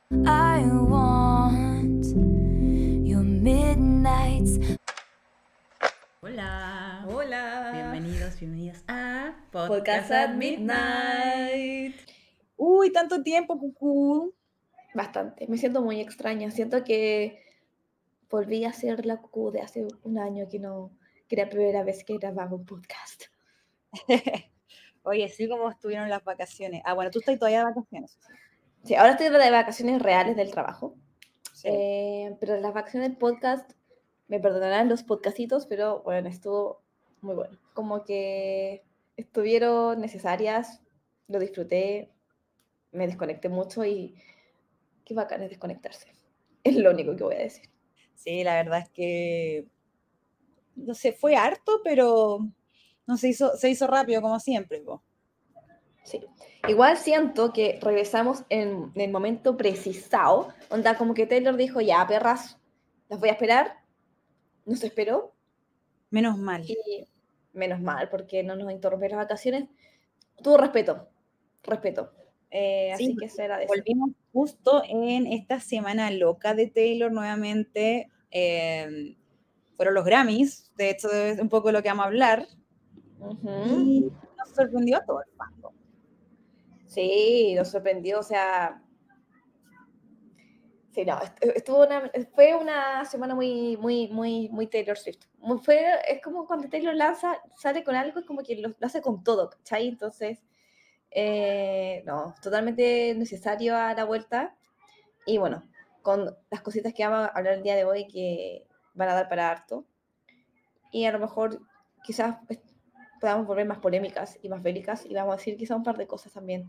I want your midnights. Hola. Hola. Bienvenidos a Podcast at Midnight. Uy, tanto tiempo, Cucú. Bastante. Me siento muy extraña. Siento que volví a ser la Cucú de hace un año que era la primera vez que grababa un podcast. Oye, sí, como estuvieron las vacaciones. Ah, bueno, tú estás todavía de vacaciones. Sí, ahora estoy de vacaciones reales del trabajo. Sí. Pero las vacaciones del podcast, me perdonarán los podcastitos, pero bueno, estuvo muy bueno. Como que estuvieron necesarias, lo disfruté, me desconecté mucho y qué bacán es desconectarse. Es lo único que voy a decir. Sí, la verdad es que no sé, fue harto, pero no se hizo rápido como siempre, po. Sí. Igual siento que regresamos en el momento precisado, onda como que Taylor dijo, ya, perras, las voy a esperar, nos esperó, Menos mal. y menos mal, porque no nos interrumpieron las vacaciones, tuvo respeto, Sí, así que será de eso. volvimos justo en esta semana loca de Taylor nuevamente. Fueron los Grammys, de hecho es un poco lo que vamos a hablar, y nos sorprendió a todo el fandom. Sí, nos sorprendió, o sea, sí, no, fue una semana muy Taylor Swift. Es como cuando Taylor sale con algo, es como que lo hace con todo, ¿cachai? Entonces, no, totalmente necesario a la vuelta. Y bueno, con las cositas que vamos a hablar el día de hoy que van a dar para harto. Y a lo mejor quizás podamos volver más polémicas y más bélicas y vamos a decir quizás un par de cosas también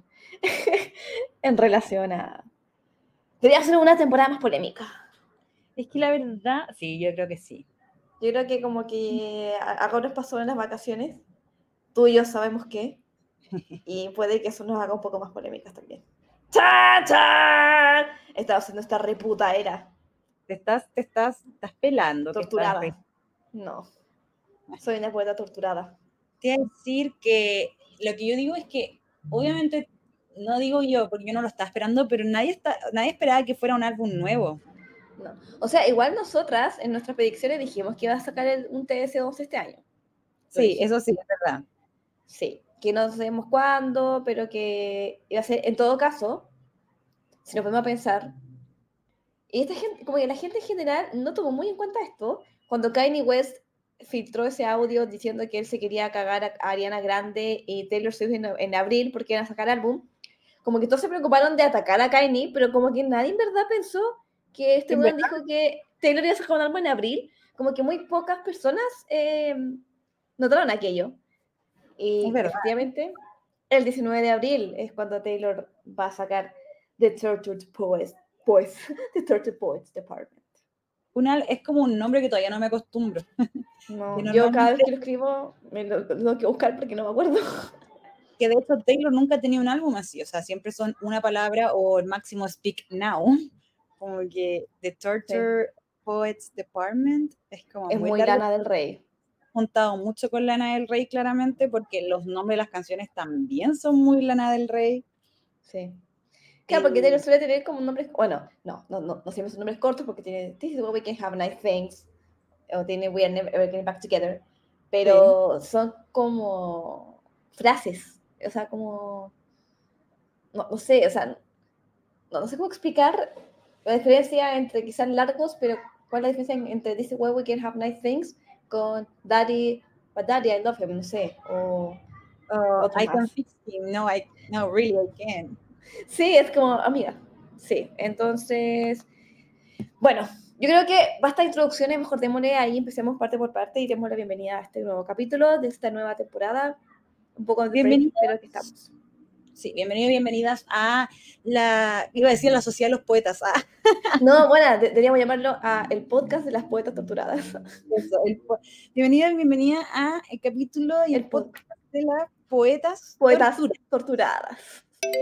en relación a... Debería ser una temporada más polémica. Es que la verdad, sí, yo creo que sí. Yo creo que como que algo nos pasó en las vacaciones, tú y yo sabemos qué, y puede que eso nos haga un poco más polémicas también. ¡Chan, chan! Estamos haciendo esta reputa era. Te estás pelando. Torturada. No. Soy una poeta torturada. Te voy a decir que lo que yo digo es que, obviamente, no digo yo, porque yo no lo estaba esperando, pero nadie esperaba que fuera un álbum nuevo. No. O sea, igual nosotras en nuestras predicciones dijimos que iba a sacar un TS11 este año. Sí, eso sí, es verdad. Sí, que no sabemos cuándo, pero que iba a ser, en todo caso, si nos ponemos a pensar, y esta gente, como que la gente en general no tomó muy en cuenta esto, cuando Kanye West filtró ese audio diciendo que él se quería cagar a Ariana Grande y Taylor Swift en abril porque iban a sacar álbum, como que todos se preocuparon de atacar a Kanye, pero como que nadie en verdad pensó que este En weón verdad, dijo que Taylor iba a sacar un álbum en abril, como que muy pocas personas notaron aquello. es Y verdad. efectivamente, el 19 de abril es cuando Taylor va a sacar The Tortured The Tortured Poets Department. Es como un nombre que todavía no me acostumbro. No, Que yo cada vez normalmente, que lo escribo me lo tengo que buscar porque no me acuerdo. que de hecho Taylor nunca ha tenido un álbum así, o sea, siempre son una palabra o el máximo Speak Now, como que The Torture Poets Department es como Es muy muy largo. Lana del Rey. Juntado mucho con Lana del Rey, claramente, porque los nombres de las canciones también son muy Lana del Rey. Sí. Claro, porque Taylor suele tener como nombres, bueno, no siempre son nombres cortos porque tiene This is what we can have nice things, o tiene We are never ever getting back together, pero son como frases, o sea, como, no sé, o sea, no sé cómo explicar la diferencia entre quizás largos, pero cuál es la diferencia entre This is why we can have nice things con Daddy, but Daddy, I love him, no sé, o otros I can más. fix him, no, really, I can. Sí, es como, amiga, sí, entonces, bueno, yo creo que basta de introducciones, mejor démosle ahí, empecemos parte por parte y demos la bienvenida a este nuevo capítulo de esta nueva temporada, un poco de break, Bienvenidos. pero aquí estamos. Sí, bienvenidas a iba a decir la Sociedad de los Poetas. No, bueno, deberíamos llamarlo a el podcast de las poetas torturadas. Eso, bienvenida a el capítulo y el podcast de las poetas Torturadas.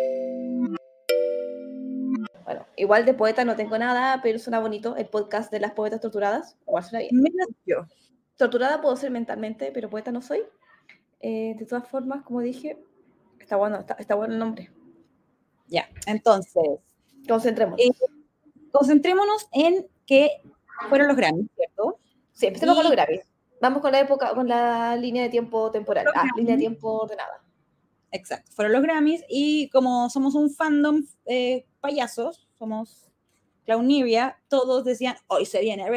Bueno, igual de poeta no tengo nada, pero suena bonito el podcast de las poetas torturadas. Igual suena bien. Menos yo. Torturada puedo ser mentalmente, pero poeta no soy. De todas formas, como dije, está bueno el nombre. Ya, entonces, Concentrémonos. Concentrémonos en que fueron los Grammys, ¿cierto? Sí, empecemos con los Grammys. Vamos con la época, con la línea de tiempo temporal. Línea de tiempo ordenada. Exacto, fueron los Grammys y como somos un fandom payasos, somos Clowneria, todos decían, hoy se viene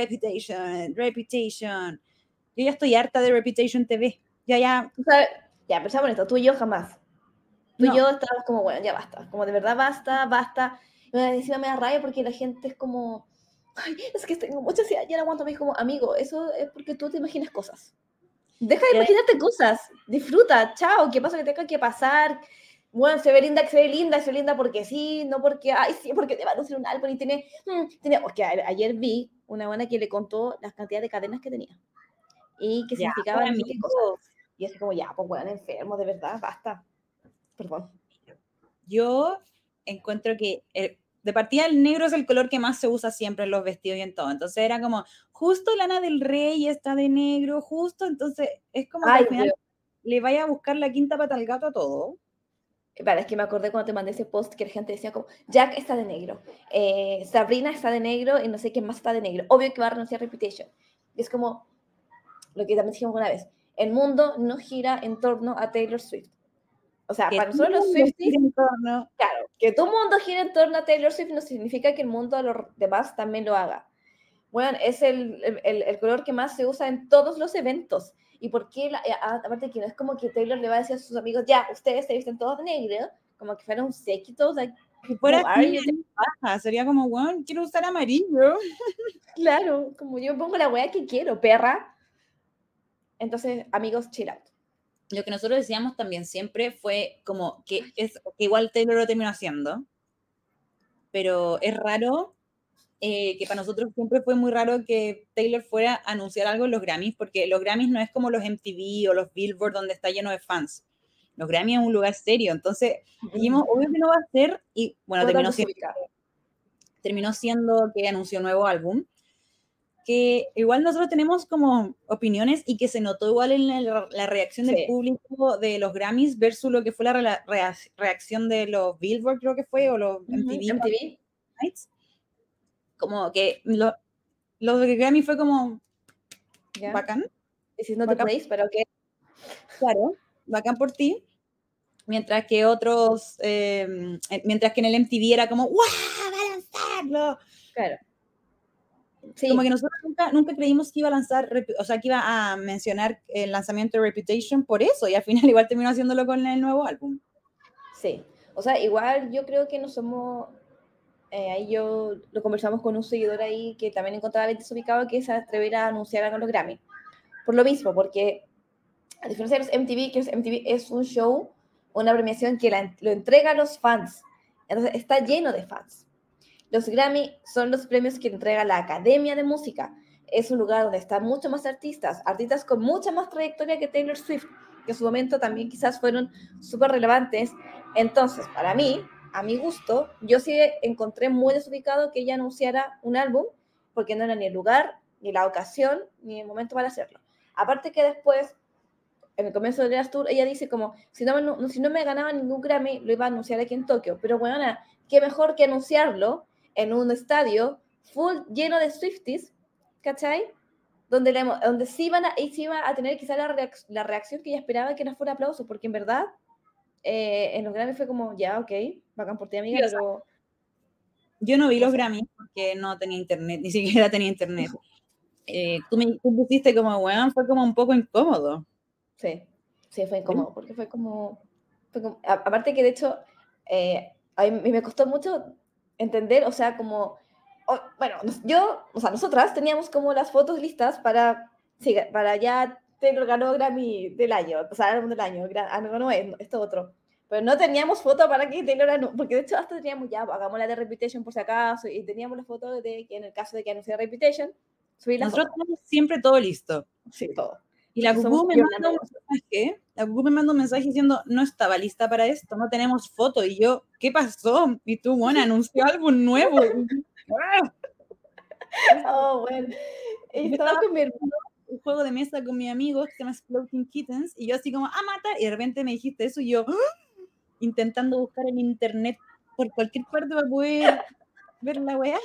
Reputation. Yo ya estoy harta de Reputation TV. Ya. O sea, ya, pensamos en esto, tú y yo jamás. Tú y yo estábamos como, bueno, ya basta. Como de verdad basta. Y encima me da rabia porque la gente es como, ay, es que tengo mucha ansiedad, ya no aguanto. Me dijo como, amigo, eso es porque tú te imaginas cosas. Deja de imaginarte cosas. Disfruta, chao, ¿qué pasa que tenga que pasar? Bueno, se ve linda porque sí, no porque, ay, sí, porque te va a anunciar un álbum y tiene, porque ayer vi una buena que le contó las cantidades de cadenas que tenía y que significaba no sé qué cosas. Y así como, ya, pues bueno, enfermo, de verdad, basta. Perdón. Yo encuentro que de partida el negro es el color que más se usa siempre en los vestidos y en todo. Entonces era como, justo Lana del Rey está de negro, justo, entonces es como que al final le vaya a buscar la quinta pata al gato a todo. Vale, es que me acordé cuando te mandé ese post que la gente decía como, Jack está de negro, Sabrina está de negro y no sé quién más está de negro. Obvio que va a renunciar a Reputation. Y es como lo que también dijimos una vez, el mundo no gira en torno a Taylor Swift. O sea, para nosotros los Swifties, claro, que tu mundo gira en torno a Taylor Swift no significa que el mundo de los demás también lo haga. Bueno, es el color que más se usa en todos los eventos. ¿Y por qué? Aparte que no es como que Taylor le va a decir a sus amigos, ya, ustedes se visten todos de negro, como que fuera un séquito, o sea, si fuera así, sería como, bueno, quiero usar amarillo. Claro, como yo pongo la wea que quiero, perra. Entonces, amigos, chill out. Lo que nosotros decíamos también siempre fue como que igual Taylor lo terminó haciendo, pero es raro, que para nosotros siempre fue muy raro que Taylor fuera a anunciar algo en los Grammys, porque los Grammys no es como los MTV o los Billboard donde está lleno de fans. Los Grammys es un lugar serio, entonces dijimos, obvio que no va a ser, y bueno, terminó siendo que anunció un nuevo álbum, que igual nosotros tenemos como opiniones y que se notó igual en la reacción del público de los Grammys versus lo que fue la reacción de los Billboard, creo que fue, o los MTV Nights. Como que los de Grammy fue como bacán. This is not the place, pero que claro, bacán por ti. Mientras que otros, mientras que en el MTV era como, ¡guau! ¡Va a lanzarlo! Claro. Sí. Como que nosotros nunca creímos que iba a lanzar, o sea, que iba a mencionar el lanzamiento de Reputation por eso, y al final igual terminó haciéndolo con el nuevo álbum. Sí, o sea, igual yo creo que no somos, ahí yo lo conversamos con un seguidor ahí que también encontraba desubicado que se atreviera a anunciar algo en los Grammy. Por lo mismo, porque a diferencia de los MTV, que MTV es un show, una premiación que lo entrega a los fans, entonces está lleno de fans. Los Grammy son los premios que entrega la Academia de Música. Es un lugar donde están muchos más artistas con mucha más trayectoria que Taylor Swift, que en su momento también quizás fueron súper relevantes. Entonces, para mí, a mi gusto, yo sí encontré muy desubicado que ella anunciara un álbum, porque no era ni el lugar, ni la ocasión, ni el momento para hacerlo. Aparte que después, en el comienzo del Jazz Tour, ella dice como, si no me ganaba ningún Grammy, lo iba a anunciar aquí en Tokio. Pero bueno, qué mejor que anunciarlo en un estadio full lleno de Swifties, ¿cachai? Donde sí iba a tener quizá la reacción que ella esperaba, que no fuera aplauso, porque en verdad en los Grammys fue como, ya, ok, bacán por ti, amiga, sí, pero... Yo no vi los Grammys porque no tenía internet, ni siquiera tenía internet. Tú pusiste como, bueno, fue como un poco incómodo. Sí, fue incómodo, porque fue como aparte que de hecho, a mí me costó mucho entender, o sea, como, nosotras teníamos como las fotos listas para ya Taylor ganó Grammy del año, o sea, álbum del año, no es esto otro, pero no teníamos foto para que Taylor ganó, porque de hecho hasta teníamos ya, hagamos la de Reputation por si acaso, y teníamos la foto de que en el caso de que anunciara Reputation, nosotros tenemos siempre todo listo. Sí, todo. Y la Gugu me manda un mensaje diciendo, no estaba lista para esto, no tenemos foto. Y yo, ¿qué pasó? Y tú, bueno, anunció álbum nuevo. Oh, bueno. Y estaba con mi hermano, un juego de mesa con mi amigo que se llama Exploding Kittens, y yo así como, ¡ah, mata! Y de repente me dijiste eso, y yo, ¡ah! Intentando buscar en internet por cualquier parte para poder ver la weá.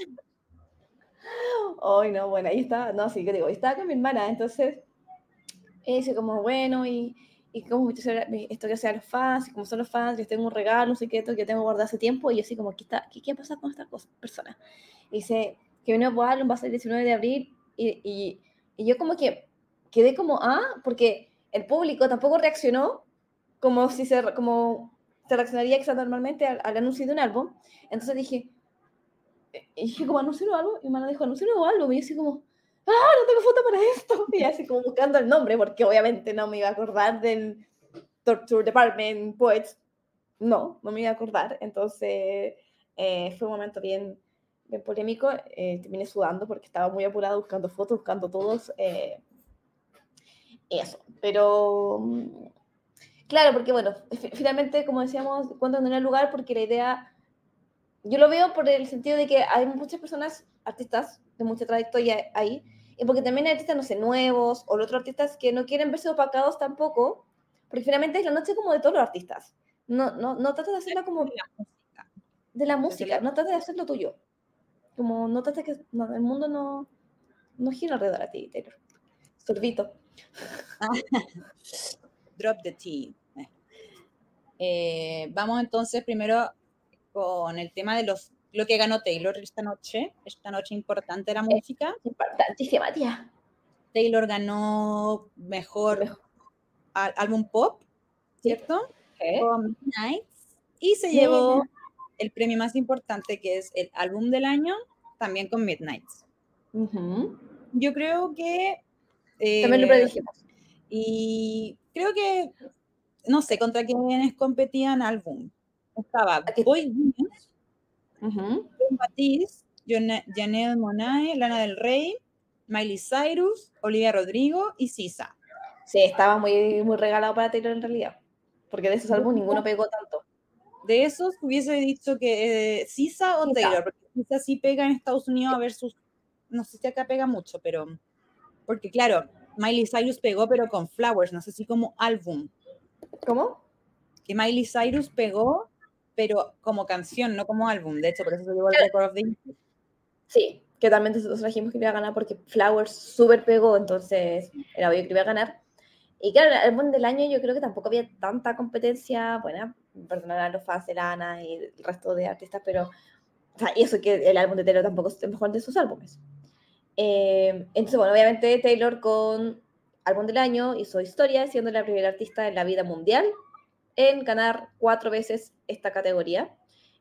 Ay, no, bueno, ahí estaba, no, sí, que digo, estaba con mi hermana, entonces, dice como, bueno, y como esto que hacen los fans, y como son los fans, les tengo un regalo, no sé qué, esto que tengo guardado hace tiempo, y yo así como, ¿qué pasa con esta persona? Y dice, que mi nuevo álbum va a salir el 19 de abril, y yo como que quedé como, porque el público tampoco reaccionó como como se reaccionaría quizás normalmente al anuncio de un álbum, entonces dije, como anuncio un álbum, y mi hermana dijo, anuncio un nuevo álbum, y yo así como, no tengo foto para esto, y así como buscando el nombre, porque obviamente no me iba a acordar del Torture Department Poets, no me iba a acordar, entonces fue un momento bien polémico, terminé sudando porque estaba muy apurada buscando fotos, buscando todos, eso, pero claro, porque bueno, finalmente, como decíamos, cuento en el lugar, porque la idea, yo lo veo por el sentido de que hay muchas personas, artistas de mucha trayectoria ahí, y porque también hay artistas, no sé, nuevos, o otros artistas que no quieren verse opacados tampoco, porque finalmente es la noche como de todos los artistas. No tratas de hacerla como de la música, no tratas de hacerlo tuyo. Como no tratas que el mundo no gira alrededor a ti, Taylor. Sorbito. Drop the tea. Vamos entonces primero con el tema de lo que ganó Taylor esta noche importante de la música. Importantísima, tía. Taylor ganó mejor álbum pop, ¿cierto? ¿Qué? Con Midnight, y se llevó el premio más importante, que es el álbum del año, también con Midnight. Yo creo que también lo predijimos. Y creo que no sé contra quiénes competían álbum. Estaba Boy Genius, Ben Batiste, Janelle Monáe, Lana del Rey, Miley Cyrus, Olivia Rodrigo y SZA. Sí, estaba muy, muy regalado para Taylor en realidad, porque de esos álbumes ninguno pegó tanto. De esos hubiese dicho que SZA o Taylor, porque SZA sí pega en Estados Unidos versus, no sé si acá pega mucho, pero porque claro, Miley Cyrus pegó pero con Flowers, no sé si como álbum. ¿Cómo? Que Miley Cyrus pegó pero como canción, no como álbum, de hecho por eso se llevó el Record of the Year. Sí, que también nosotros dijimos que iba a ganar porque Flowers súper pegó, entonces era obvio que iba a ganar. Y claro, el álbum del año yo creo que tampoco había tanta competencia, bueno, perdonar a los fans de Lana y el resto de artistas, pero, o sea, y eso que el álbum de Taylor tampoco es el mejor de sus álbumes. Entonces, bueno, obviamente Taylor con álbum del año hizo historia, siendo la primera artista en la vida mundial en ganar 4 veces esta categoría.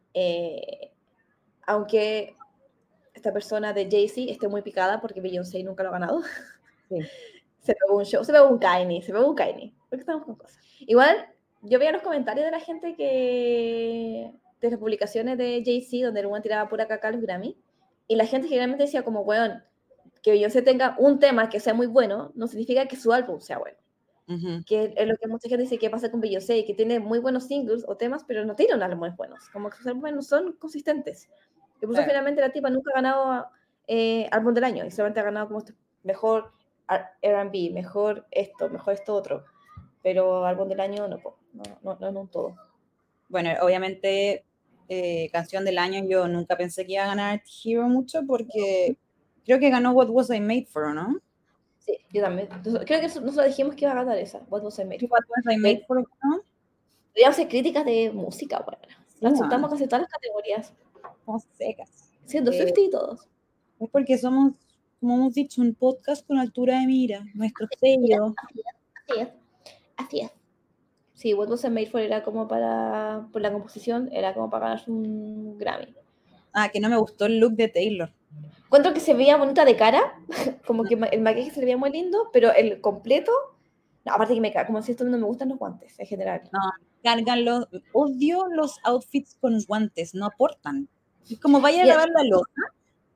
Aunque esta persona de Jay-Z esté muy picada porque Beyoncé nunca lo ha ganado. Sí. Se pegó un show, se pegó un Kanye. Porque estamos con cosas. Igual, yo veía los comentarios de la gente de las publicaciones de Jay-Z, donde el one tiraba pura caca a los Grammy, y la gente generalmente decía como, weón, que Beyoncé tenga un tema que sea muy bueno, no significa que su álbum sea bueno. Que es lo que mucha gente dice que pasa con Beyoncé, que tiene muy buenos singles o temas, pero no tiene álbumes buenos, como que sus álbumes no son consistentes. Y por eso finalmente la tipa nunca ha ganado álbum del año, y solamente ha ganado como mejor R&B, mejor esto otro, pero álbum del año no es un todo. Bueno, obviamente canción del año yo nunca pensé que iba a ganar Hero mucho porque creo que ganó What Was I Made For, ¿no? Sí, yo también. Creo que nosotros dijimos que iba a ganar esa, What Was I Made For. What Was I Made For, ¿no? Podríamos hacer críticas de música, bueno. Sí, aceptamos casi todas las categorías. Somos secas. Siendo Swiftie y todos. Es porque somos, como hemos dicho, un podcast con altura de mira, nuestro sello. Así es. Sí, What Was I Made For era como por la composición, era como para ganarse un Grammy. Que no me gustó el look de Taylor. Encuentro que se veía bonita de cara, como que el maquillaje se veía muy lindo, pero el completo, no, aparte que como si esto no me gustan los guantes en general. No, odio los outfits con guantes, no aportan. Es como vaya a lavar la loza.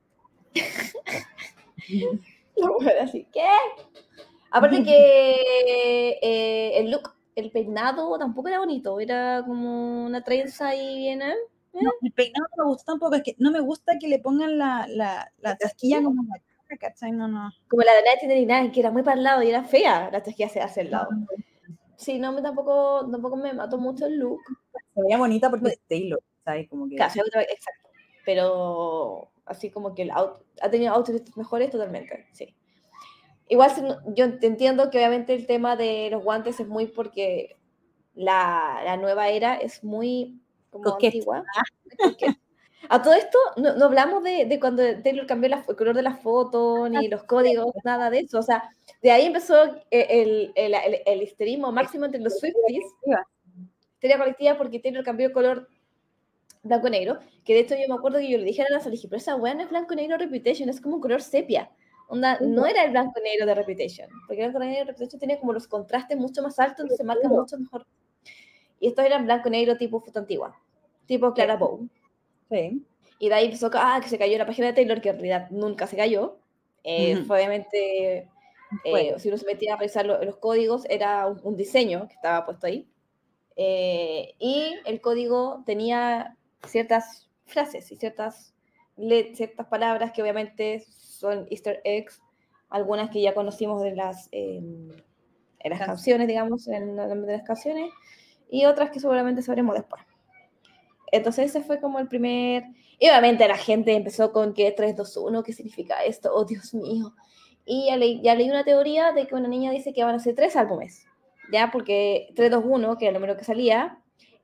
Así, ¿qué? Aparte que el look, el peinado tampoco era bonito, era como una trenza y bien, No, el peinado no me gusta tampoco, es que no me gusta que le pongan la chasquilla como la cara, ¿cachai? No. Como la de 1999, que era muy para el lado y era fea, la chasquilla se hace al lado. Sí, no, tampoco me mató mucho el look. Se veía bonita porque es Taylor. ¿sabes? Como que... Claro, exacto. Pero así como que ha tenido outfits mejores totalmente, sí. Igual yo te entiendo que obviamente el tema de los guantes es muy porque la nueva era es muy como Coquette. antigua. Coquette. A todo esto, no hablamos de cuando Taylor cambió el color de la foto, ni los códigos, nada de eso. O sea, de ahí empezó el histerismo máximo entre los Swifties, histeria colectiva, porque Taylor cambió el color blanco-negro, que de hecho yo me acuerdo que yo le dije a NASA, le dije, pero esa weá no es blanco-negro Reputation, es como un color sepia. Onda, no era el blanco-negro de Reputation, porque el blanco-negro de Reputation tenía como los contrastes mucho más altos, entonces se marca mucho mejor. Y estos eran blanco-negro tipo foto antigua, tipo Clara Bow. Sí. Y de ahí empezó que se cayó la página de Taylor, que en realidad nunca se cayó. Fue obviamente, si uno se metía a revisar los códigos, era un diseño que estaba puesto ahí. Y el código tenía ciertas frases y ciertas palabras que obviamente son easter eggs, algunas que ya conocimos de las canciones, digamos, en el nombre de las canciones, y otras que seguramente sabremos después. Entonces ese fue como el primer... Y obviamente la gente empezó con que 3, 2, 1, ¿qué significa esto? Oh, Dios mío. Y ya leí una teoría de que una niña dice que van a ser 3 álbumes, ¿ya? Porque 3, 2, 1, que era el número que salía,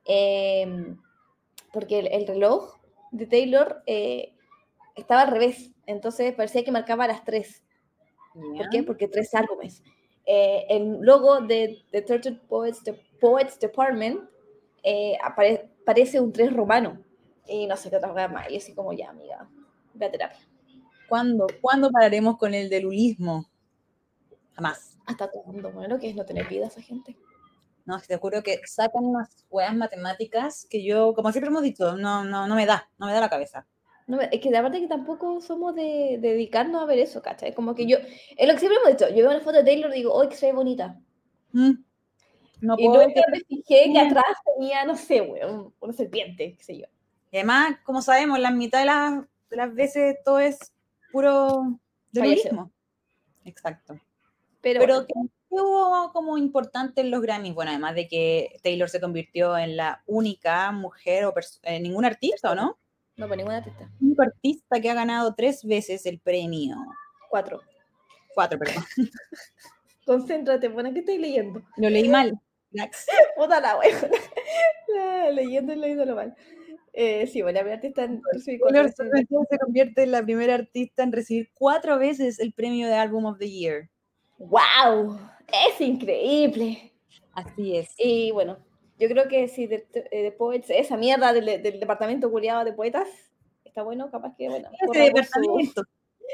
porque el reloj de Taylor estaba al revés, entonces parecía que marcaba las 3. ¿Por qué? Porque 3 álbumes. El logo de The Tortured Poets Department parece un 3 romano. Y no sé qué otra cosa más. Y así como, ya, amiga, ve a terapia. ¿Cuándo pararemos con el delulismo? Jamás. ¿Hasta cuándo? Bueno, lo que es no tener vida esa gente. No, te juro que sacan unas weas matemáticas que yo, como siempre hemos dicho, no me da la cabeza. No, es que aparte que tampoco somos de dedicarnos a ver eso, ¿cachai? Como que yo, es lo que siempre hemos dicho, yo veo una foto de Taylor y digo, ¡ay, que se ve bonita! No y puedo luego me fijé que atrás tenía, no sé, weón, una serpiente, qué sé yo. Y además, como sabemos, la mitad de las veces todo es puro delulismo. Exacto. Pero bueno. ¿qué hubo como importante en los Grammys? Bueno, además de que Taylor se convirtió en la única mujer o ningún artista, ¿no? No, pues ningún artista. Único artista que ha ganado 3 veces el premio. 4, perdón. Concéntrate, bueno, ¿qué estoy leyendo? Lo leí mal. Puta la wea. Leyendo y leyéndolo mal. Sí, bueno, la primera artista en recibir 4 veces. Se convierte en la primera artista en recibir 4 veces el premio de Album of the Year. ¡Wow! Es increíble. Así es. Y bueno, yo creo que si de Poets, esa mierda del departamento culiado de poetas, está bueno, capaz que, bueno. Ese departamento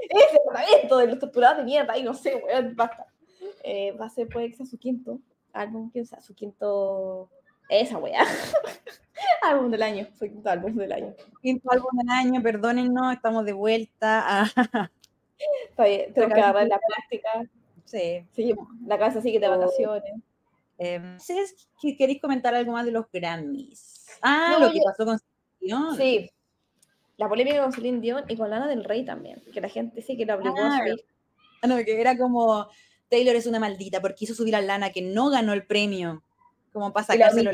de los torturados de mierda, y no sé, weón, basta. Va a ser, puede que sea su quinto álbum, quién sabe, su quinto... Esa weá. Álbum del año, su quinto álbum del año. Quinto álbum del año, perdónennos, estamos de vuelta. Está bien, tenemos que agarrar la práctica. Sí. Seguimos, la casa sigue de vacaciones. No sé si queréis comentar algo más de los Grammys. No, lo que pasó con Celine Dion. Sí, la polémica con Celine Dion y con Lana del Rey también, que la gente sí que la obligó a subir. No, que era como, Taylor es una maldita porque hizo subir a Lana que no ganó el premio, como para sacárselo.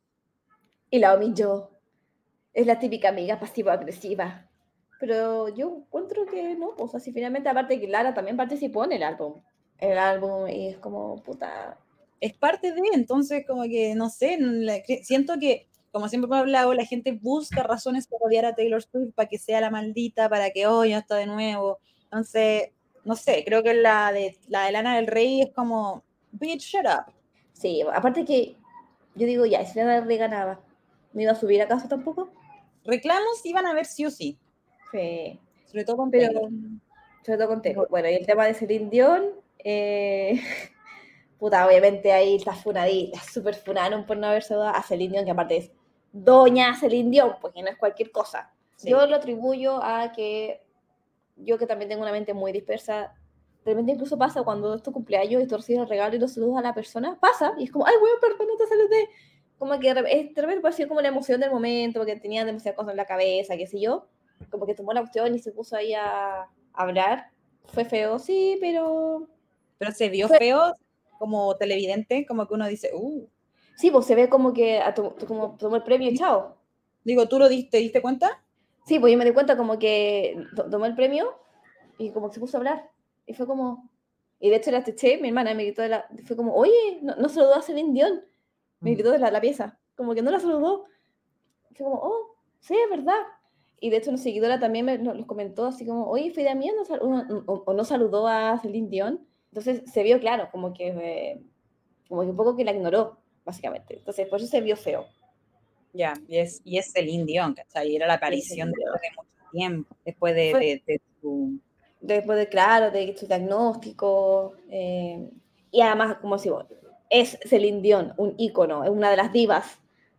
Y la humilló. Es la típica amiga pasivo-agresiva. Pero yo encuentro que no, pues así finalmente, aparte que Lara también participó en el álbum. Y es como, puta... Es parte de, entonces como que, no sé, siento que, como siempre hemos hablado, la gente busca razones para odiar a Taylor Swift, para que sea la maldita, para que, ya está de nuevo. Entonces, no sé, creo que la de Lana del Rey es como, bitch, shut up. Sí, aparte que, yo digo, ya, si Lana del Rey ganaba, ¿no iba a subir acaso tampoco? Reclamos iban a ver sí o sí. Sí. Sobre todo con Taylor. Bueno, y el tema de Celine Dion, puta, obviamente ahí está funadita, súper funaron por no haberse dado a Celine Dion, que aparte es doña Celine Dion, porque no es cualquier cosa. Sí. Yo lo atribuyo a que yo, que también tengo una mente muy dispersa, de repente incluso pasa cuando es tu cumpleaños y tú recibes el regalo y lo saludas a la persona, pasa, y es como, ay, weón, perdón, no te saludé. Como que de repente pareció como la emoción del momento, porque tenía demasiadas cosas en la cabeza, qué sé yo, como que tomó la cuestión y se puso ahí a hablar. Fue feo, sí, pero... Pero se vio feo como televidente, como que uno dice, Sí, pues se ve como que como tomó el premio y chao. Digo, ¿tú te diste cuenta? Sí, pues yo me di cuenta como que tomó el premio y como que se puso a hablar. Y fue como... Y de hecho la escuché, mi hermana me gritó fue como, oye, no saludó a Celine Dion. Me gritó de la pieza. Como que no la saludó. Fue como, oh, sí, es verdad. Y de hecho una seguidora también nos comentó así como, oye, Frida Mía o no saludó a Celine Dion. Entonces se vio claro, como que un poco que la ignoró, básicamente. Entonces por eso se vio feo. Ya, y es Celine Dion, ¿cachai? Era la aparición después de mucho tiempo, después de su... Después de, claro, de su diagnóstico. Y además, como decimos, es Celine Dion, un ícono, es una de las divas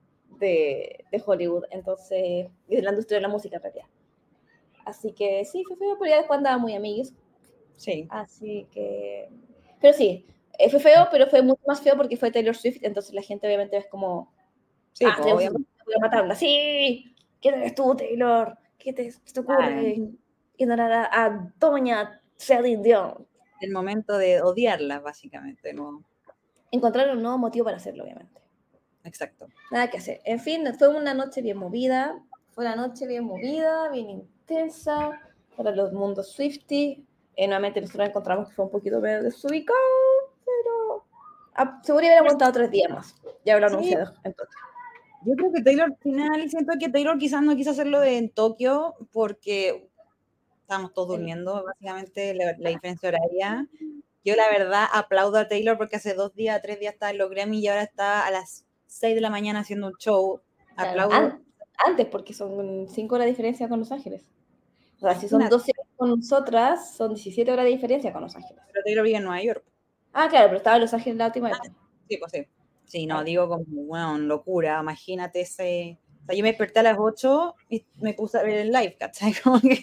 de Hollywood, entonces, y de la industria de la música en realidad. Así que sí, fue feo, pero ya después andaba muy amigos. Sí. Así que... Pero sí, fue feo, pero fue mucho más feo porque fue Taylor Swift, entonces la gente obviamente es como... Sí, pues, obviamente. Voy a matarla. Sí, ¿quién eres tú, Taylor? ¿Qué te ocurre ignorar a doña Celine Dion? El momento de odiarla, básicamente, ¿no? Encontrar un nuevo motivo para hacerlo, obviamente. Exacto. Nada que hacer. En fin, fue una noche bien movida. Fue una noche bien movida, bien intensa para los mundos Swiftie. Nuevamente nosotros encontramos que fue un poquito medio desubicado, pero seguro hubiera aguantado 3 días más. Ya lo anunciado entonces. Yo creo que Taylor, al final, siento que Taylor quizás no quiso hacerlo en Tokio porque estábamos todos durmiendo, básicamente, la diferencia horaria. Yo, la verdad, aplaudo a Taylor porque hace 2 días, 3 días estaba en los Grammy y ahora está a las 6 de la mañana haciendo un show. Aplaudo. Claro, antes, porque son 5 horas de diferencia con Los Ángeles. O sea, si son 12 horas con nosotras, son 17 horas de diferencia con Los Ángeles. Pero Taylor vive en Nueva York. Ah, claro, pero estaba en Los Ángeles la última vez. Sí, pues sí. Sí, no, digo como, bueno, locura, imagínate ese... O sea, yo me desperté a las 8 y me puse a ver el live, ¿cachai? Como que...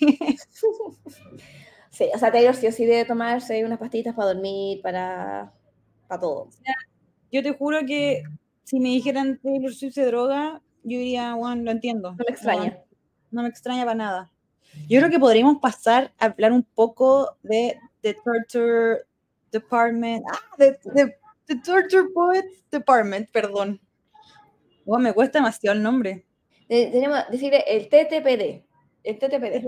Sí, o sea, Taylor sí o sí debe tomarse unas pastillas para dormir, para todo. O sea, yo te juro que si me dijeran Taylor Swift se droga, yo diría, bueno, lo entiendo. No me extraña. No me extraña para nada. Yo creo que podríamos pasar a hablar un poco de The Torture Department. The Torture Poets Department, perdón. Bueno, me cuesta demasiado el nombre. Tenemos que decirle el TTPD. El TTPD.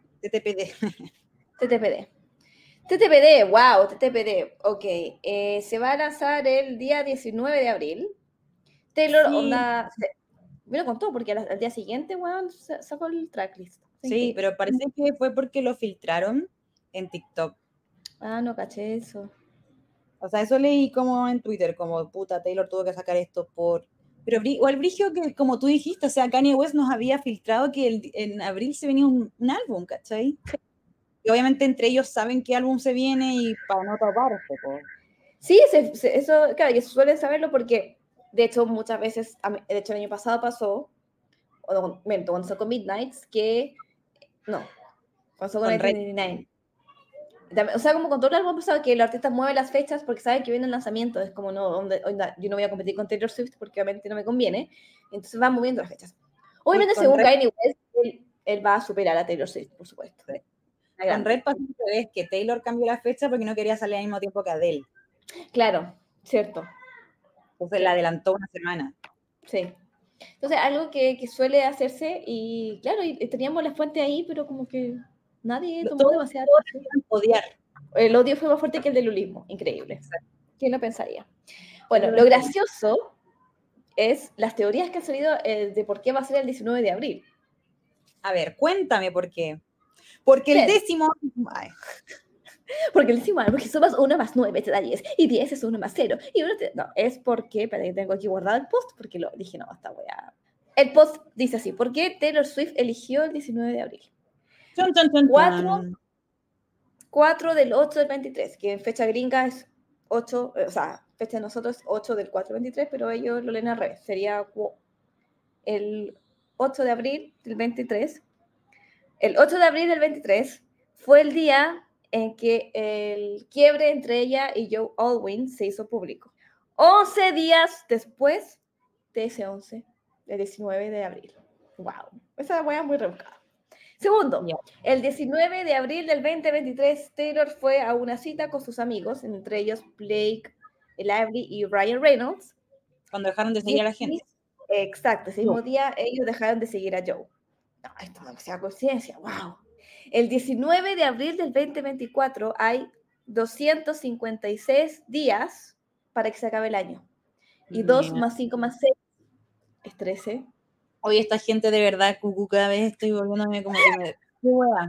TTPD. TTPD, wow, TTPD. Ok. Se va a lanzar el día 19 de abril. Taylor, Sí. onda. Me lo contó porque al día siguiente, weón, sacó el tracklist. Sí, pero parece que fue porque lo filtraron en TikTok. Ah, no caché eso. O sea, eso leí como en Twitter, como puta, Taylor tuvo que sacar esto por... Pero igual brigio que, como tú dijiste, o sea, Kanye West nos había filtrado que en abril se venía un álbum, ¿cachai? Y obviamente entre ellos saben qué álbum se viene y para no taparse, pues. Sí, eso, claro, y eso suelen saberlo porque, de hecho, muchas veces, de hecho, el año pasado pasó, cuando sacó Midnights, que, no, cuando sacó 1999. O sea, como con todo el álbum pasado, que los artistas mueven las fechas porque saben que viene el lanzamiento, es como, no, yo no voy a competir con Taylor Swift porque obviamente no me conviene, entonces van moviendo las fechas. Obviamente, según Kanye West, él va a superar a Taylor Swift, por supuesto. Sí. Con Red pasó es que Taylor cambió la fecha porque no quería salir al mismo tiempo que Adele. Claro, cierto. Entonces la adelantó una semana. Sí. Entonces, algo que suele hacerse, y claro, y teníamos la fuente ahí, pero como que nadie tomó demasiado. Odiar. El odio fue más fuerte que el del lulismo, increíble. Exacto. ¿Quién lo pensaría? Bueno, lo gracioso es las teorías que han salido de por qué va a ser el 19 de abril. A ver, cuéntame por qué. Porque el décimo... Ay. Porque el décimo, porque somos 1 más 9 te da 10, y 10 es 1 más 0, y 1 no, es porque, espera que tengo aquí guardado el post, porque lo dije, no, esta wea. El post dice así, ¿por qué Taylor Swift eligió el 19 de abril? 4 del 8 del 23, que en fecha gringa es 8, o sea, fecha de nosotros es 8 del 4 del 23, pero ellos lo leen al revés, sería el 8 de abril del 23. El 8 de abril del 23 fue el día en que el quiebre entre ella y Joe Alwyn se hizo público. 11 días después de ese 11, el 19 de abril. ¡Wow! Esa wea es muy rebuscada. Segundo, el 19 de abril del 2023, Taylor fue a una cita con sus amigos, entre ellos Blake Lively y Ryan Reynolds. Cuando dejaron de seguir a la gente. Exacto, ese mismo día ellos dejaron de seguir a Joe. No, esto es demasiada coincidencia, wow. El 19 de abril del 2024 hay 256 días para que se acabe el año. Y 2 Mira. más 5 más 6 es 13. Oye, esta gente de verdad, cucú, cada vez estoy volviéndome como que me... ¡Qué hueá!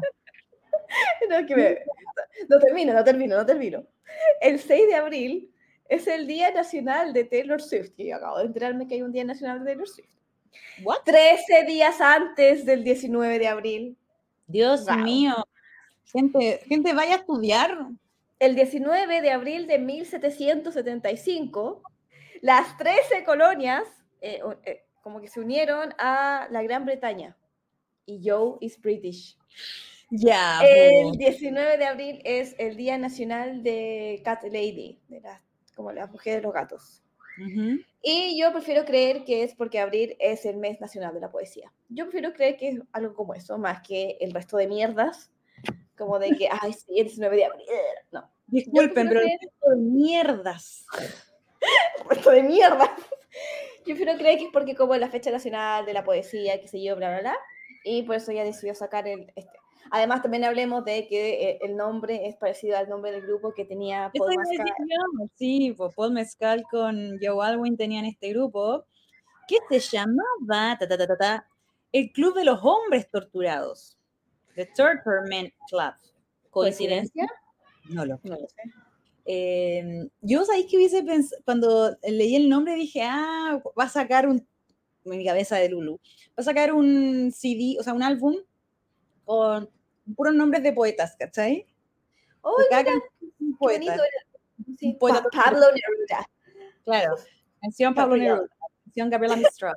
No termino. El 6 de abril es el Día Nacional de Taylor Swift. Y yo acabo de enterarme que hay un Día Nacional de Taylor Swift. ¿What? 13 días antes del 19 de abril. Dios Wow. mío. Gente, vaya a estudiar. El 19 de abril de 1775, las 13 colonias como que se unieron a la Gran Bretaña. Y Joe is British. Ya, El po. 19 de abril es el Día Nacional de Cat Lady, como las mujeres de los gatos. Ujú. Y yo prefiero creer que es porque abril es el mes nacional de la poesía. Yo prefiero creer que es algo como eso, más que el resto de mierdas, como de que, ay, sí, el 19 de abril. No. Disculpen, pero creer... esto de mierdas. El resto de mierdas. Yo prefiero creer que es porque como es la fecha nacional de la poesía, qué sé yo, bla, bla, bla. Y por eso ya decidió sacar este. Además, también hablemos de que el nombre es parecido al nombre del grupo que tenía Eso Paul iba a decir Mescal. yo. Sí, pues Paul Mescal con Joe Alwyn tenían este grupo que se llamaba el Club de los Hombres Torturados. The Torture Men Club. ¿Coincidencia? No lo No lo sé. yo sabéis que hubiese pensado, cuando leí el nombre dije, va a sacar en mi cabeza de Lulu, va a sacar un CD, o sea, un álbum con puros nombres de poetas, ¿cachai? ¡Oh, Cada mira! canción es un ¡Qué poeta. bonito! Sí, Un poeta Pablo Neruda. Claro. Canción Pablo Gabriela. Neruda. Canción Gabriela Mistral.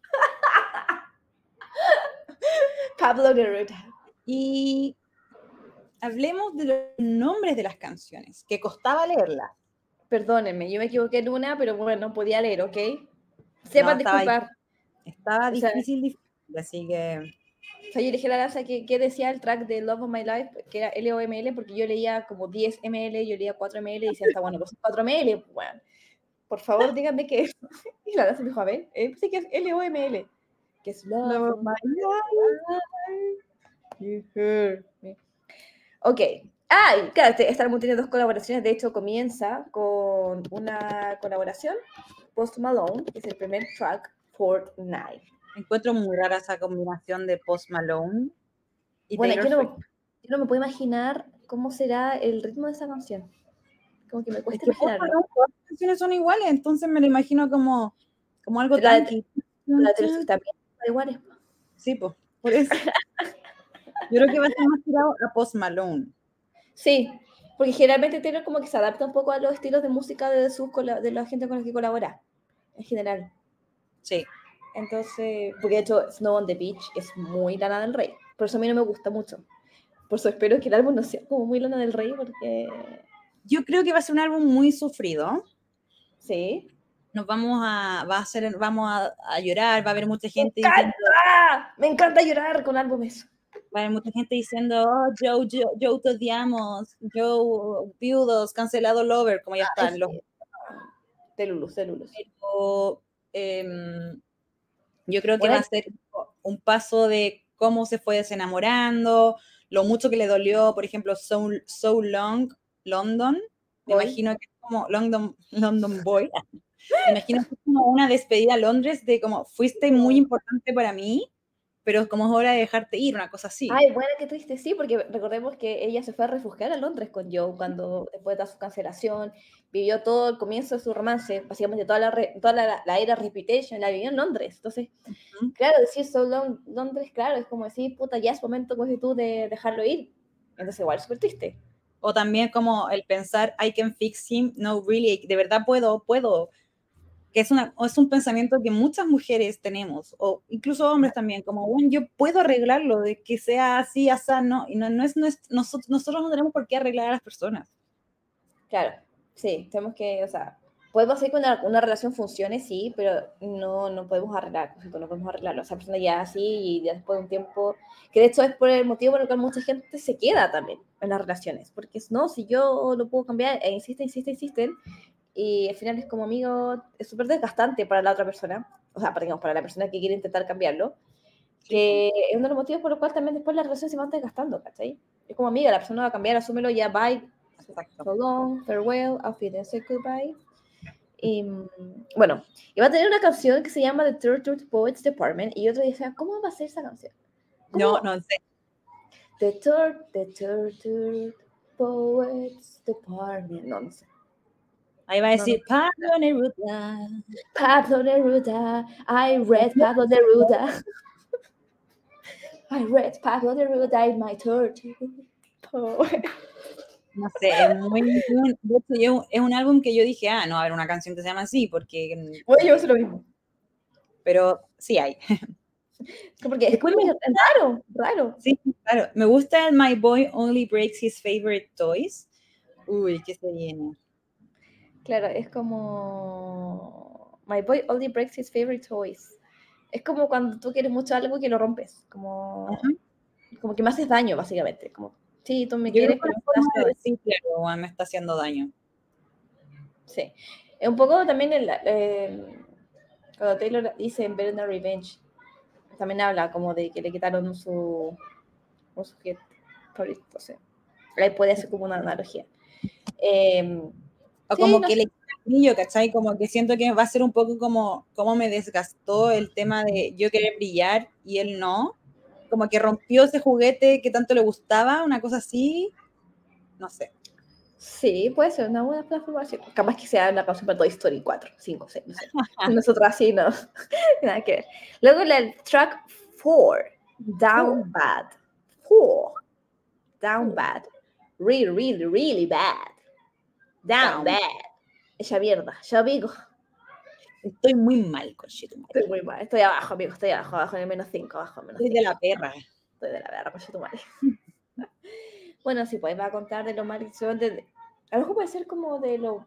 Pablo Neruda. Y hablemos de los nombres de las canciones, que costaba leerlas. Perdónenme, yo me equivoqué en una, pero bueno, podía leer, ¿ok? Sepan disculpar. Estaba O sea, difícil, así que... O sea, yo le dije a la Lanza que decía el track de Love of My Life, que era LOML, porque yo leía como 10 ml, yo leía 4 ml y decía, está bueno, pues 4 ml, bueno, por favor, díganme qué es. Y la Lanza me dijo, a ver, sí que es LOML, que es Love of My Life, you heard me. Ok. Y claro, esta álbum tiene 2 colaboraciones, de hecho comienza con una colaboración, Post Malone, que es el primer track, Fortnite. Encuentro muy rara esa combinación de Post Malone y Bueno, Taylor Swift. yo no me puedo imaginar cómo será el ritmo de esa canción. Como que me cuesta Post imaginarlo. Malone, todas las canciones son iguales, entonces me lo imagino como algo La tranqui. de Taylor Swift también está iguales. Sí, pues, por eso. Yo creo que va a ser más tirado a Post Malone. Sí, porque generalmente Taylor como que se adapta un poco a los estilos de música de la gente con la que colabora, en general. Sí. Entonces, porque de hecho Snow on the Beach es muy Lana del Rey. Por eso a mí no me gusta mucho. Por eso espero que el álbum no sea como muy Lana del Rey, porque... Yo creo que va a ser un álbum muy sufrido. Sí. Vamos a llorar, va a haber mucha gente diciendo... Me encanta llorar con álbumes. Va a haber mucha gente diciendo, Joe, te odiamos, Joe, viudos, cancelado Lover, como ya están los... De Lulu. Pero yo creo que va a ser un paso de cómo se fue desenamorando, lo mucho que le dolió, por ejemplo, So Long, London, me imagino que es como London Boy, me imagino que es como una despedida a Londres de como, fuiste muy importante para mí, pero como es hora de dejarte ir, una cosa así. Ay, bueno, qué triste, sí, porque recordemos que ella se fue a refugiar a Londres con Joe cuando, después de su cancelación, vivió todo el comienzo de su romance, básicamente toda la era Reputation, la vivió en Londres. Entonces, claro, decir So Long Londres, claro, es como decir, puta, ya es momento, como si tú, de dejarlo ir. Entonces, igual, súper triste. O también como el pensar, I can fix him, no, really, de verdad puedo, que es un pensamiento que muchas mujeres tenemos, o incluso hombres también, como, bueno, yo puedo arreglarlo, de que sea así, no, y nosotros no tenemos por qué arreglar a las personas. Claro, sí, tenemos que, o sea, podemos hacer que una relación funcione, sí, pero no podemos arreglar, no podemos arreglarlo. O sea, la persona ya así y ya después de un tiempo, que de hecho es por el motivo por el cual mucha gente se queda también en las relaciones, porque no, si yo lo puedo cambiar, insisten, y al final es como amigo, es súper desgastante para la otra persona. o sea, para la persona que quiere intentar cambiarlo, Sí. que es uno de los motivos por los cuales también después la relación se va desgastando, ¿cachai? Es como, amiga, la persona va a cambiar, asúmelo, ya, bye, Exacto. so long, farewell, auf Wiedersehen, goodbye. Y, bueno, y va a tener una canción que se llama The Tortured Poets Department, y otra dice, ¿cómo va a ser esa canción? No, no sé. The Tortured Poets Department, no sé. Ahí va a decir Pablo Neruda. Pablo Neruda, I read Pablo Neruda. I read Pablo Neruda in my tortured poet. No sé, es muy... De hecho, es un álbum que yo dije, no va a haber una canción que se llama así, porque... Bueno, yo sé lo mismo. Pero sí hay. Porque es Después como raro. Sí, claro. Me gusta el My Boy Only Breaks His Favorite Toys. Uy, ¿qué se viene? Claro, es como My boy only breaks his favorite toys. Es como cuando tú quieres mucho algo que lo rompes, como que me haces daño, básicamente. Como, sí, tú me Yo creo quieres, que pero una me estás forma haciendo de daño. decir, claro, me está haciendo daño. Sí. Es un poco también cuando Taylor dice en Better Than Revenge, también habla como de que le quitaron su sujeto favorito. O sea, ahí puede ser como una analogía. O Sí, como no que sé. le quita el brillo, ¿cachai? Como que siento que va a ser un poco como me desgastó el tema de yo querer brillar y él no. Como que rompió ese juguete que tanto le gustaba, una cosa así. No sé. Sí, puede ser una buena transformación. Capaz que sea una canción para Toy Story 4, 5, 6, no sé. Nosotros así no. Nada que ver. Luego el track 4, Down Bad. 4. Down Bad. Really, really, really bad. Down bad. Esa mierda. Yo, amigo. Estoy muy mal con Shitumare. Estoy muy mal. Estoy abajo, amigo. Estoy abajo en el menos 5. Abajo, menos Estoy 5. de la perra. Estoy de la verga, con Shitumare. Bueno, sí, pues va a contar de lo maldición. A lo mejor puede ser como de lo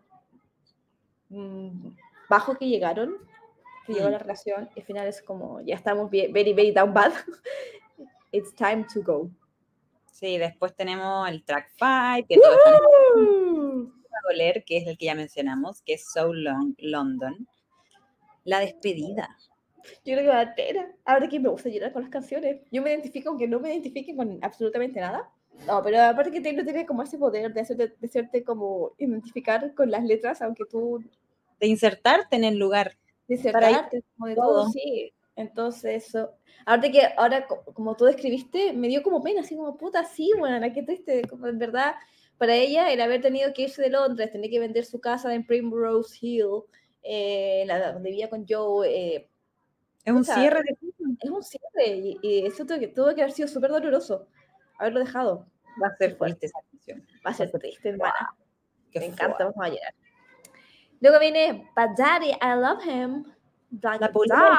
bajo que llegaron, que llegó la relación, y al final es como, ya estamos very, very down bad. It's time to go. Sí, después tenemos el track 5, que todos están a doler, que es el que ya mencionamos, que es So Long London. La despedida. Yo creo que va a tener. Ahora que me gusta llorar con las canciones. Yo me identifico, aunque no me identifique con absolutamente nada. No, pero aparte que Taylor tiene como ese poder de hacerte como identificar con las letras, aunque tú De insertarte en el lugar. disertarte, como de todo, sí. Entonces, eso. Ahora, como tú describiste, me dio como pena, así como, puta, sí, bueno, qué triste. Como en verdad, para ella, el haber tenido que irse de Londres, tener que vender su casa en Primrose Hill, donde vivía con Joe. Es un cierre de... Es un cierre, y eso tuvo que haber sido súper doloroso, haberlo dejado. Va a ser fuerte esa canción. Va a ser triste, hermana. Me encanta, vamos a llorar. Luego viene Bad Daddy, I Love Him. La política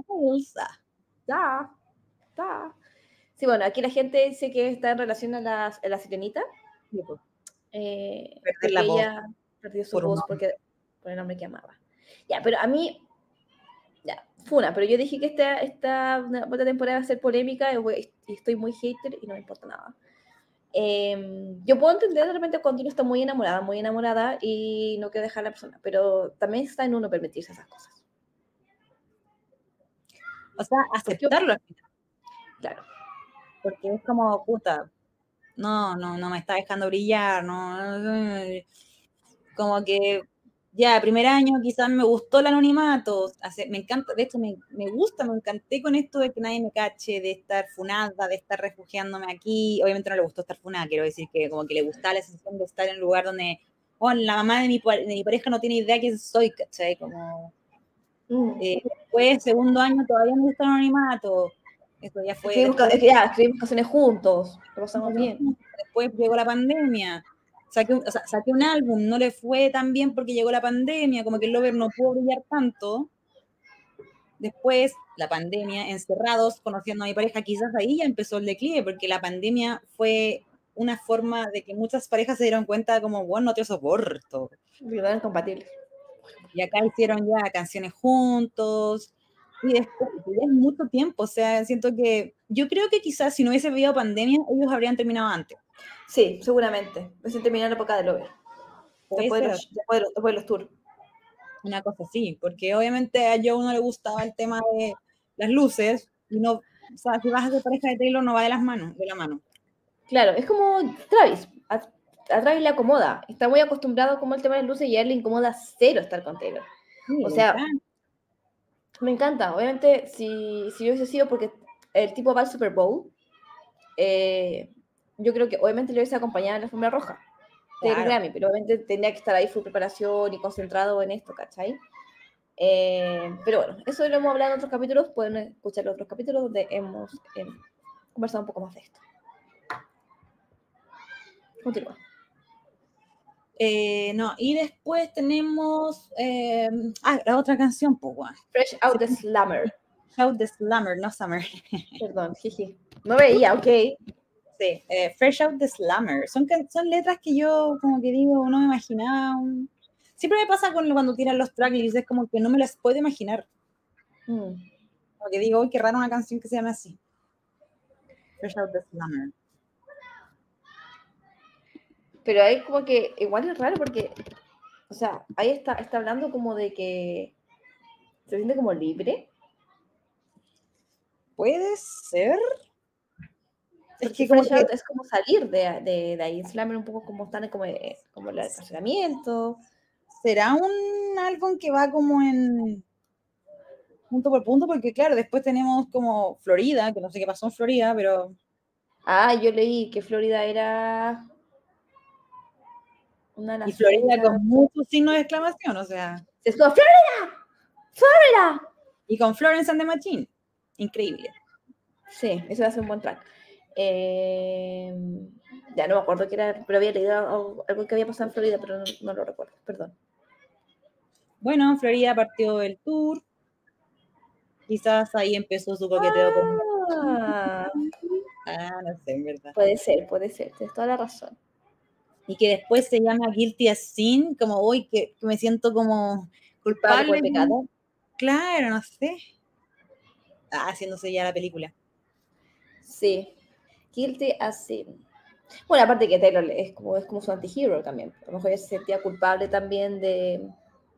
Da. Sí, bueno, aquí la gente dice que está en relación a la sirenita. Perder la voz. Ella perdió su voz por el nombre que amaba. Ya, pero a mí, ya, Funa, pero yo dije que esta temporada va a ser polémica y estoy muy hater y no me importa nada. Yo puedo entender de repente cuando uno está muy enamorada y no quiere dejar a la persona, pero también está en uno permitirse esas cosas. O sea, aceptarlo al final. Claro. Porque es como, puta, no me está dejando brillar, como que ya, primer año quizás me gustó el anonimato, me encanta, de hecho me encanté con esto de que nadie me cache, de estar funada, de estar refugiándome aquí. Obviamente no le gustó estar funada, quiero decir que como que le gustaba la sensación de estar en un lugar donde, la mamá de mi pareja no tiene idea quién soy, ¿cachai? Como, después, segundo año, todavía me gusta el anonimato. Eso ya fue. Escribimos canciones juntos, lo pasamos bien. Después llegó la pandemia. Saqué un álbum, no le fue tan bien porque llegó la pandemia, como que el Lover no pudo brillar tanto. Después, la pandemia, encerrados, conociendo a mi pareja, quizás ahí ya empezó el declive, porque la pandemia fue una forma de que muchas parejas se dieron cuenta como, bueno, no te soporto. No eran compatibles. Y acá hicieron ya canciones juntos, y después, ya es mucho tiempo, o sea, siento que, yo creo que quizás si no hubiese habido pandemia, ellos habrían terminado antes. Sí, seguramente. Recién terminó la época de Lover. Después de los tours. Una cosa así, porque obviamente a Joe no le gustaba el tema de las luces, y no, o sea, si vas a ser pareja de Taylor no va de la mano. Claro, es como Travis. A Travis le acomoda. Está muy acostumbrado como el tema de las luces y a él le incomoda cero estar con Taylor. Sí, O le sea, encanta. me encanta. Obviamente, si hubiese sido porque el tipo va al Super Bowl, yo creo que obviamente le hubiese acompañado en la alfombra roja del Claro. Grammy, pero obviamente tendría que estar ahí full preparación y concentrado en esto, ¿cachai? Pero bueno, eso lo hemos hablado en otros capítulos, pueden escuchar los otros capítulos donde hemos conversado un poco más de esto. Continúa. No, y después tenemos la otra canción, pues, bueno. Fresh Out the Slammer. Out the Slammer, no Summer. Perdón, jiji. No veía, ok. Sí, Fresh Out the Slammer. Son letras que yo como que digo, no me imaginaba. Siempre me pasa cuando tiran los tracklists, es como que no me las puedo imaginar. Como que digo, uy, qué rara una canción que se llama así. Fresh Out the Slammer. Pero ahí como que igual es raro porque, o sea, ahí está hablando como de que se siente como libre. ¿Puede ser? Es que como Fresh Out es como salir de ahí. Slammer un poco como están como el encarcelamiento. ¿Será un álbum que va como en punto por punto? Porque claro, después tenemos como Florida, que no sé qué pasó en Florida, pero... Ah, yo leí que Florida era una de las Y Florida fechas. con muchos signos de exclamación, o sea... Es como ¡Florida! ¡Florida! Y con Florence and the Machine. Increíble. Sí, eso va a ser un buen track. Ya no me acuerdo qué era, pero había leído algo que había pasado en Florida, pero no lo recuerdo, perdón. Bueno, Florida partió del tour. Quizás ahí empezó su coqueteo con... No sé, en verdad. Puede ser, tienes toda la razón. Y que después se llama Guilty as Sin, como hoy que me siento como culpable por el pecado. Claro, no sé. Haciéndose ya la película. Sí. Guilty as Sin. Bueno, aparte que Taylor es como su anti-hero también. A lo mejor ella se sentía culpable también de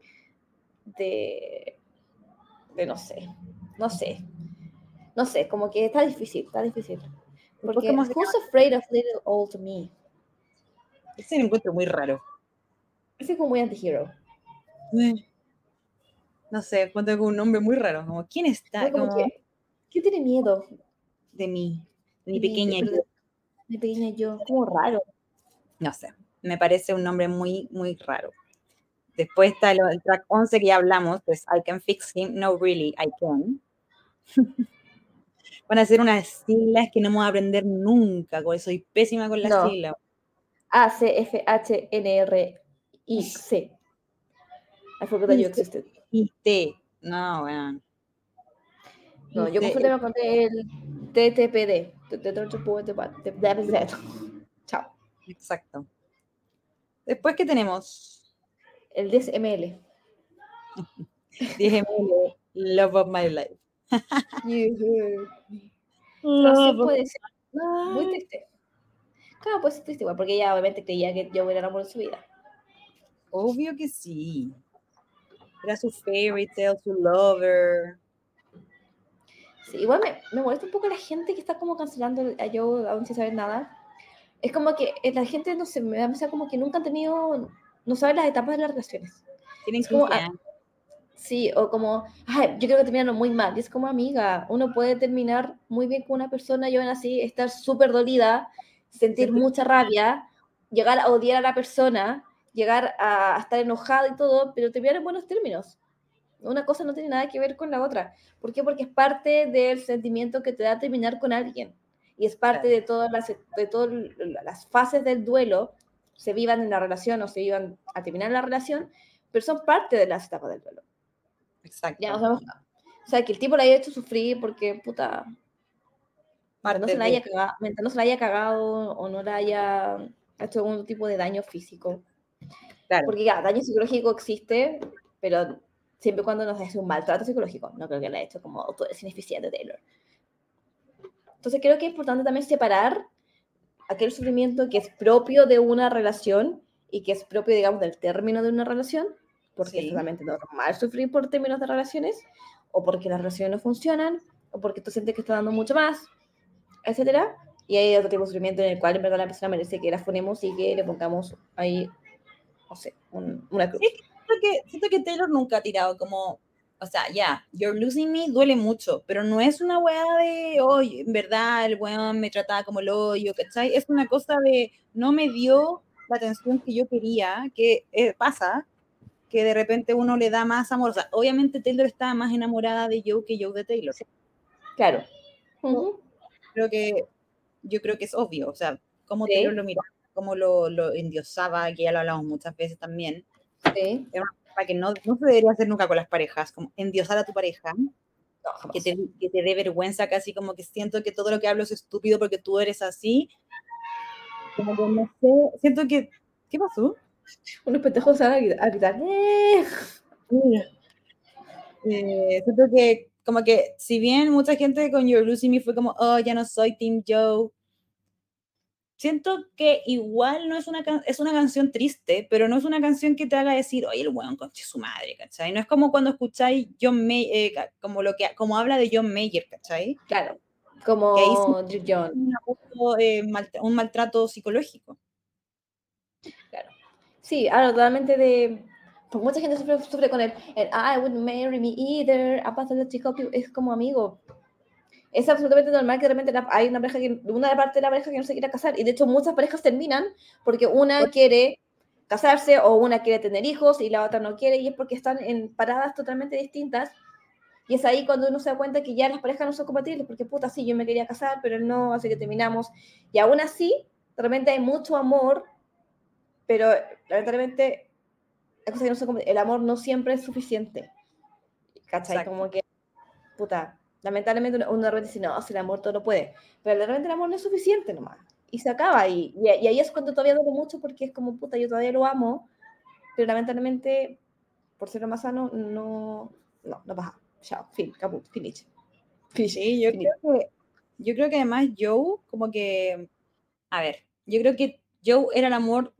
no sé, como que está difícil. Porque who's afraid of little old me? Ese me encuentro muy raro. Ese es como muy anti-hero. No sé, encuentro con un nombre muy raro. Como, ¿quién está? Como que, ¿quién tiene miedo? De mi pequeña yo. De mi pequeña yo. Como raro. No sé, me parece un nombre muy, muy raro. Después está el track 11 que ya hablamos, pues I Can Fix Him, No Really, I Can. Van a ser unas siglas que no me voy a aprender nunca, porque soy pésima con las siglas. A-C-F-H-N-R-I-C. I forgot that you existed. I-T. No, bueno. No, yo confundí con el TTPD. Chao. Exacto. Después, ¿qué tenemos? El 10 ml. 10 ml, Love of My Life. No puede ser muy triste. Claro, puede ser triste igual, porque ella obviamente creía que yo era el amor de su vida. Obvio que sí. Era su fairy tale, su lover. Sí, igual me molesta un poco la gente que está como cancelando a Joe aún sin saber nada. Es como que la gente, no sé, me da como que nunca han tenido, no saben las etapas de las relaciones. Tienen 15 años. Sí, o como, yo creo que terminaron muy mal. Y es como, amiga, uno puede terminar muy bien con una persona y aún así estar súper dolida, sentir mucha rabia, llegar a odiar a la persona, llegar a estar enojado y todo, pero terminar en buenos términos. Una cosa no tiene nada que ver con la otra. ¿Por qué? Porque es parte del sentimiento que te da terminar con alguien. Y es parte de todas las fases del duelo, se vivan en la relación o se vivan a terminar la relación, pero son parte de las etapas del duelo. Exacto. Ya, o sea, que el tipo le haya hecho sufrir porque, puta, mientras no se la haya cagado o no le haya hecho algún tipo de daño físico. Claro. Porque ya, daño psicológico existe, pero siempre y cuando nos hace un maltrato psicológico. No creo que le haya hecho como todo es ineficiente Taylor. Entonces creo que es importante también separar aquel sufrimiento que es propio de una relación y que es propio, digamos, del término de una relación, porque es Sí. totalmente normal sufrir por términos de relaciones, o porque las relaciones no funcionan, o porque tú sientes que estás dando mucho más, etcétera. Y hay otro tipo de sufrimiento en el cual en verdad la persona merece que la funemos y que le pongamos ahí, no sé, una cruz. Sí, siento que Taylor nunca ha tirado como, o sea, ya, You're Losing Me duele mucho, pero no es una weá de, oye, en verdad, el weón me trataba como el hoyo, ¿cachai? Es una cosa de, no me dio la atención que yo quería, que pasa, que de repente uno le da más amor, o sea, obviamente Taylor estaba más enamorada de Joe que Joe de Taylor. Sí, claro. Creo que, yo creo que es obvio, o sea, cómo Taylor Sí, lo miraba, cómo lo endiosaba, que ya lo hablamos muchas veces también. sí. Es una cosa que no se debería hacer nunca con las parejas, como endiosar a tu pareja, No, jamás. que te dé vergüenza, casi como que siento que todo lo que hablo es estúpido porque tú eres así. Como que no sé, siento que, ¿qué pasó? Unos pendejos se van a gritar. Mira, siento que como que si bien mucha gente con You're Losing Me fue como, oh, ya no soy Team Joe, siento que igual no es es una canción triste, pero no es una canción que te haga decir, oye, el weón conche su madre, ¿cachai? No es como cuando escucháis John como como habla de John Mayer, ¿cachai? Claro, Que ahí sí como Drake John. un abuso, un maltrato psicológico. Claro. Sí, ahora totalmente de. Pues mucha gente sufre con el I wouldn't marry me either. A pasar de chico es como amigo. Es absolutamente normal que de repente hay una pareja una parte de la pareja que no se quiera casar. Y de hecho, muchas parejas terminan porque una quiere casarse o una quiere tener hijos y la otra no quiere. Y es porque están en paradas totalmente distintas. Y es ahí cuando uno se da cuenta que ya las parejas no son compatibles. Porque puta, sí, yo me quería casar, pero no, así que terminamos. Y aún así, de repente hay mucho amor, pero lamentablemente el amor no siempre es suficiente. ¿Cachai? Exacto. Como que, puta, lamentablemente uno de repente dice, no, si el amor todo lo puede. Pero de repente el amor no es suficiente nomás. Y se acaba. Y ahí es cuando todavía duele mucho porque es como, puta, yo todavía lo amo, pero lamentablemente, por ser lo más sano, no pasa. Chao, fin, caput, finish. Sí, Finish. yo creo que además Joe, como que, a ver, yo creo que Joe era el amor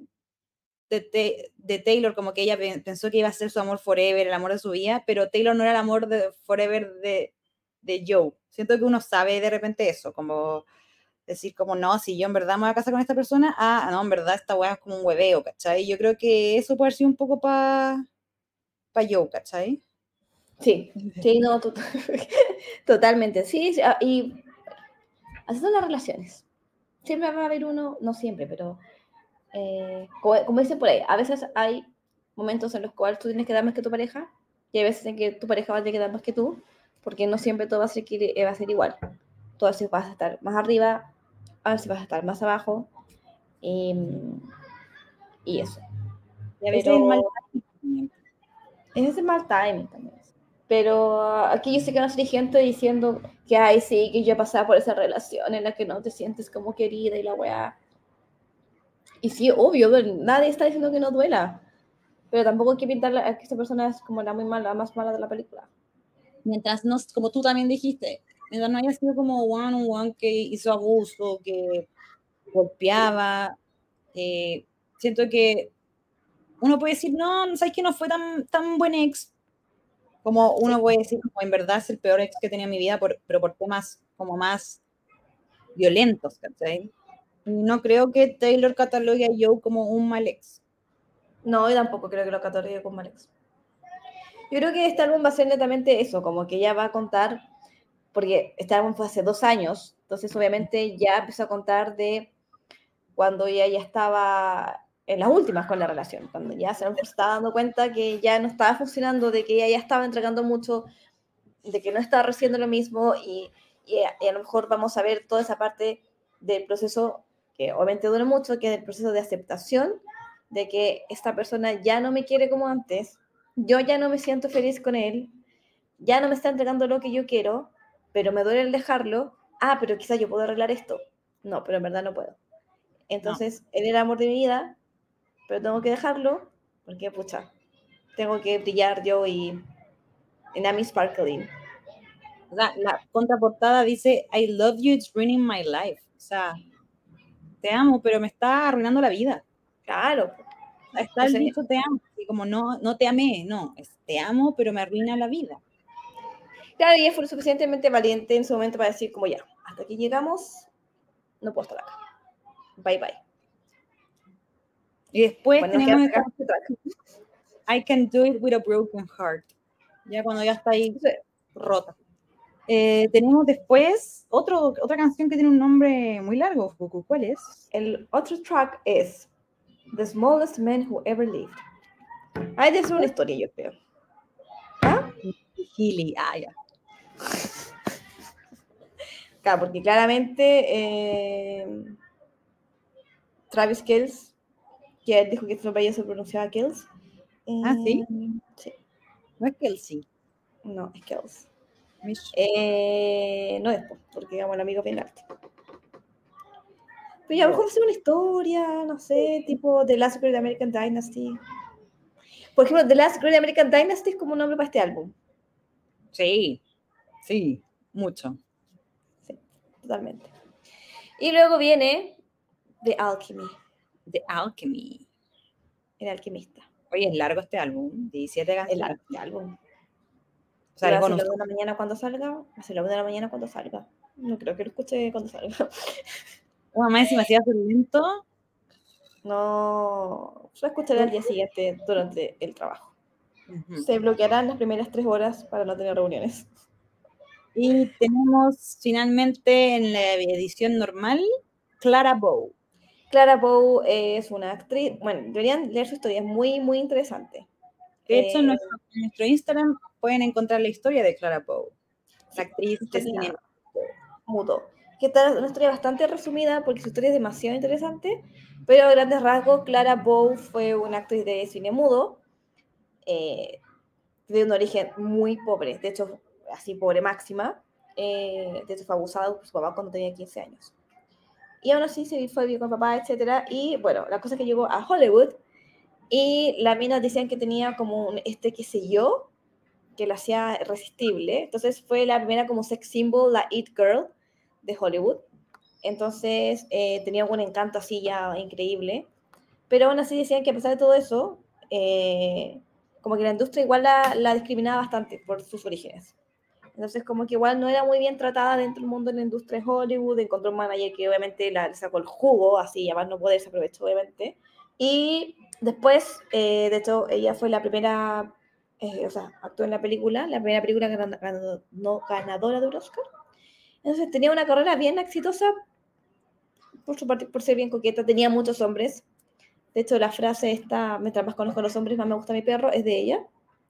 de Taylor, como que ella pensó que iba a ser su amor forever, el amor de su vida, pero Taylor no era el amor de forever de Joe. Siento que uno sabe de repente eso, como decir como, no, si yo en verdad me voy a casar con esta persona, no, en verdad esta weá es como un hueveo, ¿cachai? Yo creo que eso puede ser un poco pa Joe, ¿cachai? Sí, sí, no, totalmente. Sí, y así son las relaciones. Siempre va a haber uno, no siempre, pero como dicen por ahí, a veces hay momentos en los cuales tú tienes que dar más que tu pareja y hay veces en que tu pareja va a tener que dar más que tú, porque no siempre todo va a ser igual. Tú a veces vas a estar más arriba, a veces vas a estar más abajo y, y eso. Y a veces el mal Pero timing. es ese mal timing también. Pero aquí yo sé que no soy gente diciendo que, ay, sí, que yo he pasado por esa relación en la que no te sientes como querida y la weá. Y sí, obvio, nadie está diciendo que no duela. Pero tampoco hay que pintar a que esta persona es como la muy mala, la más mala de la película. Mientras no, como tú también dijiste, mientras no haya sido como one on one que hizo abuso, que golpeaba, siento que uno puede decir, no, no sabes que no fue tan buen ex, como Sí. uno puede decir, como en verdad es el peor ex que he tenido en mi vida, pero por temas como más violentos, ¿cachai? No creo que Taylor catalogue a Joe como un mal ex. No, yo tampoco creo que lo catalogue con Malex. Yo creo que este álbum va a ser netamente eso, como que ella va a contar, porque este álbum fue hace 2 años, entonces obviamente ya empezó a contar de cuando ella ya estaba en las últimas con la relación, cuando ya se estaba dando cuenta que ya no estaba funcionando, de que ella ya estaba entregando mucho, de que no estaba recibiendo lo mismo y a lo mejor vamos a ver toda esa parte del proceso que obviamente dura mucho, que es el proceso de aceptación de que esta persona ya no me quiere como antes, yo ya no me siento feliz con él, ya no me está entregando lo que yo quiero, pero me duele el dejarlo, pero quizás yo puedo arreglar esto, no, pero en verdad no puedo. No. Entonces, él era el amor de mi vida, pero tengo que dejarlo, porque pucha, tengo que brillar yo y Nami Sparkling. O sea, la contraportada dice, I love you, it's ruining my life. O sea, te amo, pero me está arruinando la vida. Claro. Está el Entonces, dicho te amo, así como no te amé, no, es te amo, pero me arruina la vida. claro, ella fue lo suficientemente valiente en su momento para decir como ya, hasta aquí llegamos, no puedo estar acá. Bye, bye. Y después Bueno, nos queda tenemos esta, sacar este track. I Can Do It With a Broken Heart, ya cuando ya está ahí rota. Tenemos después otra canción que tiene un nombre muy largo, Fuku. ¿Cuál es? El otro track es The Smallest Man Who Ever Lived. Hay de ser una historia, yo creo. ¿Ah? Healy, ya. Claro, porque claramente Travis Kells, que él dijo que su apellido se pronunciaba Kells. ¿Sí? Sí. No es Kelsey. No, es Kells. Mish. No es, porque digamos el amigo viene arte. Pero ya a lo mejor hacer una historia, no sé, tipo The Last Great American Dynasty. Por ejemplo, The Last Great American Dynasty es como un nombre para este álbum. Sí, mucho. Sí, totalmente. Y luego viene The Alchemy. The Alchemy. El alquimista. Oye, es largo este álbum, 17 Es canciones. largo este álbum. O sea, Va a el ser bonus. la 1 de la mañana cuando salga. Va a ser la 1 de la mañana cuando salga. No creo que lo escuche cuando salga. Mamá, encima si va a ser lento. No, yo escucharé al día siguiente durante el trabajo. Uh-huh. Se bloquearán las primeras 3 horas para no tener reuniones. Y tenemos finalmente en la edición normal Clara Bow. Clara Bow es una actriz, bueno, deberían leer su historia, es muy, muy interesante. De hecho, en nuestro Instagram pueden encontrar la historia de Clara Bow, la actriz de cine mudo. Que está una historia bastante resumida porque su historia es demasiado interesante, pero a grandes rasgos, Clara Bow fue una actriz de cine mudo de un origen muy pobre, de hecho, así pobre máxima. De hecho, fue abusada por su papá cuando tenía 15 años. Y aún así se fue bien con papá, etc. Y bueno, la cosa es que llegó a Hollywood y las minas decían que tenía como qué sé yo, que la hacía irresistible. Entonces fue la primera como sex symbol, la It Girl de Hollywood. Entonces tenía un encanto así ya increíble. Pero aún así decían que a pesar de todo eso, como que la industria igual la discriminaba bastante por sus orígenes. Entonces como que igual no era muy bien tratada dentro del mundo de la industria de Hollywood, encontró un manager que obviamente le sacó el jugo, así, y además no poder, se aprovechó obviamente. Y después, de hecho, ella fue la primera, o sea, actuó en la primera película ganadora de un Oscar. Entonces tenía una carrera bien exitosa, por su parte, por ser bien coqueta, tenía muchos hombres. De hecho, la frase esta, mientras más conozco a los hombres, más me gusta mi perro, es de ella.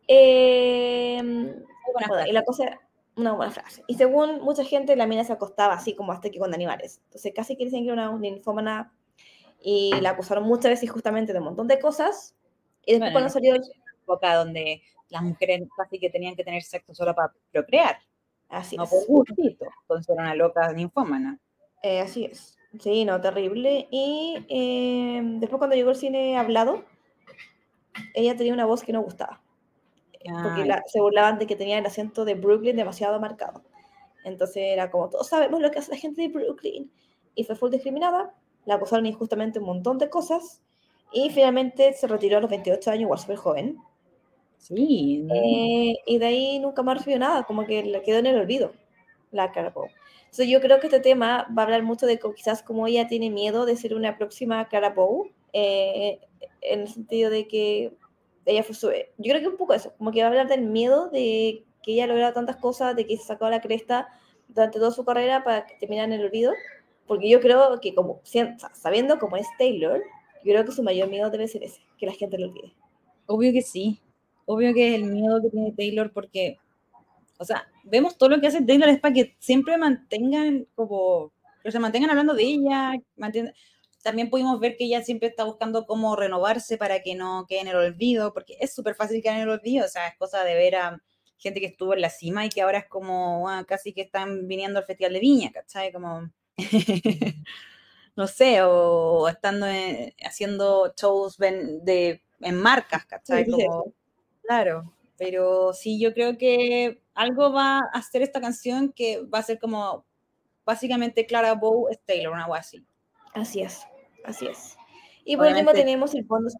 Bueno, y la cosa, una buena frase. Y según mucha gente, la mina se acostaba así como hasta aquí con animales. Entonces casi que dicen que era una ninfómana y la acusaron muchas veces justamente de un montón de cosas. Y después cuando salió... época donde las mujeres casi que tenían que tener sexo solo para procrear. Así no es. por gustito. Entonces era una loca ninfómana. Así es. Sí, no, terrible. Y después cuando llegó el cine hablado, ella tenía una voz que no gustaba. Porque se burlaban de que tenía el acento de Brooklyn demasiado marcado. Entonces era como, todos sabemos lo que hace la gente de Brooklyn. Y fue full discriminada, la acusaron injustamente un montón de cosas, y finalmente se retiró a los 28 años, igual súper joven. Sí. Y de ahí nunca más recibió nada, como que le quedó en el olvido, la Clara Bow. Entonces yo creo que este tema va a hablar mucho de quizás como ella tiene miedo de ser una próxima Clara Bow, en el sentido de que ella fue yo creo que un poco eso, como que va a hablar del miedo de que ella ha logrado tantas cosas, de que se sacó la cresta durante toda su carrera para terminar en el olvido, porque yo creo que como sabiendo cómo es Taylor, yo creo que su mayor miedo debe ser ese, que la gente lo olvide. Obvio que sí, obvio que es el miedo que tiene Taylor porque, o sea, vemos todo lo que hace Taylor es para que siempre mantengan como, que se mantengan hablando de ella, también pudimos ver que ella siempre está buscando cómo renovarse para que no quede en el olvido, porque es súper fácil quedar en el olvido, o sea, es cosa de ver a gente que estuvo en la cima y que ahora es como, casi que están viniendo al Festival de Viña, ¿cachai? Como, no sé, o estando haciendo shows en marcas, ¿cachai? Como, claro, pero sí, yo creo que algo va a hacer esta canción que va a ser como, básicamente Clara Bow es Taylor, una algo así. Así es, así es. Y por último tenemos el bonus track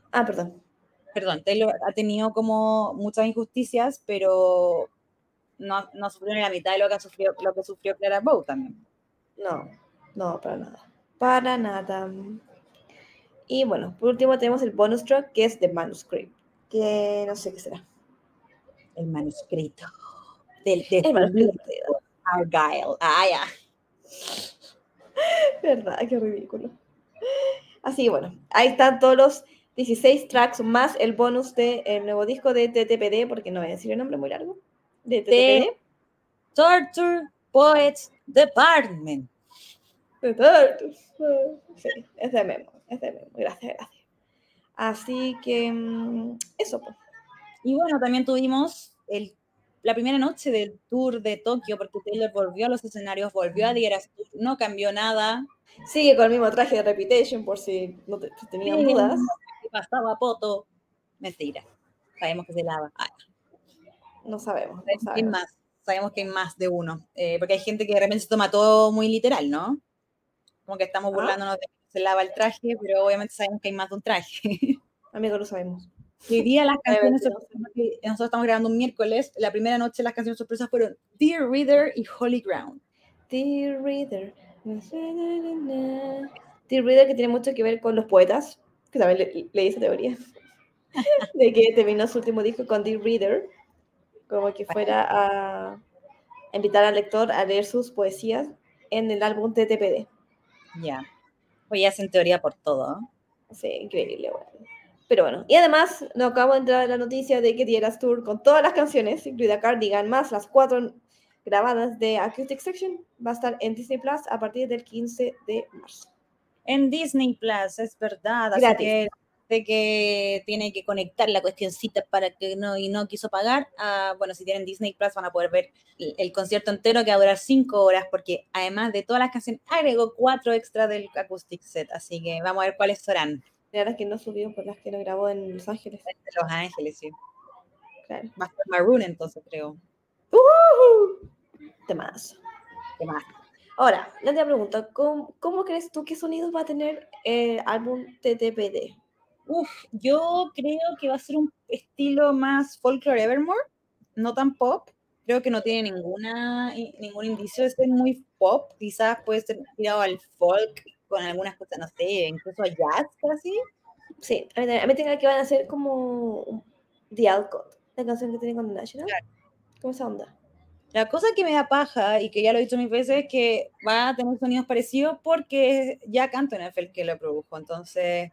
Ah, perdón. Perdón, Taylor ha tenido como muchas injusticias, pero no sufrió ni la mitad de lo que sufrió Clara Bow también. No, no, para nada. Para nada. Y bueno, por último tenemos el bonus track, que es The Manuscript, que no sé qué será. El manuscrito de El manuscrito. Argyle. Ah, ya. ¿Verdad? Qué ridículo. Así que bueno, ahí están todos los 16 tracks más el bonus del nuevo disco de TTPD, porque no voy a decir el nombre muy largo, de The TTPD. Torture Poets Department. Sí, es de memo, gracias, gracias. Así que eso, pues. Y bueno, también tuvimos la primera noche del tour de Tokio, porque Taylor volvió a los escenarios, volvió a The Eras Tour, no cambió nada. Sigue con el mismo traje de Reputation, por si no si tenían dudas. Y pasaba poto. Mentira. Sabemos que se lava. No sabemos, no Sabemos que hay sabemos. más. Sabemos que hay más de uno. Porque hay gente que de repente se toma todo muy literal, ¿no? Como que estamos burlándonos de que se lava el traje, pero obviamente sabemos que hay más de un traje. Amigos, lo sabemos. Y hoy día las canciones Obviamente no. sorpresas, que nosotros estamos grabando un miércoles, la primera noche las canciones sorpresas fueron Dear Reader y Holy Ground. Dear Reader. Dear Reader, que tiene mucho que ver con los poetas, que también leí esa teoría, de que terminó su último disco con Dear Reader, como que fuera a invitar al lector a leer sus poesías en el álbum TTPD. Ya. Pues ya hacen teoría por todo. Sí, increíble, bueno. Pero bueno, y además nos acabo de entrar la noticia de que The Eras Tour con todas las canciones, incluida Cardigan, más las 4 grabadas de Acoustic Section, va a estar en Disney Plus a partir del 15 de marzo. En Disney Plus, es verdad. Así Gratis. que de que tiene que conectar la cuestioncita para que no quiso pagar. Bueno, si tienen Disney Plus van a poder ver el concierto entero que va a durar 5 horas, porque además de todas las canciones agregó 4 extras del acoustic set. Así que vamos a ver cuáles serán. De las que no subió, por las que no grabó en Los Ángeles. De Los Ángeles, sí. Claro. Va a ser Maroon entonces, creo. Temazo. ¿Qué más? Ahora, la otra pregunta, ¿cómo crees tú qué sonidos va a tener el álbum TTPD? Yo creo que va a ser un estilo más Folklore Evermore, no tan pop. Creo que no tiene ningún indicio de ser muy pop. Quizás puede ser tirado al folk con algunas cosas, no sé, incluso a jazz casi. Sí, a mí tenga que van a ser como The Alcott, la canción que tiene con The National. Claro. ¿Cómo esa onda? La cosa que me da paja, y que ya lo he dicho mil veces, es que va a tener sonidos parecidos porque es Jack Antonoff el que lo produjo. Entonces,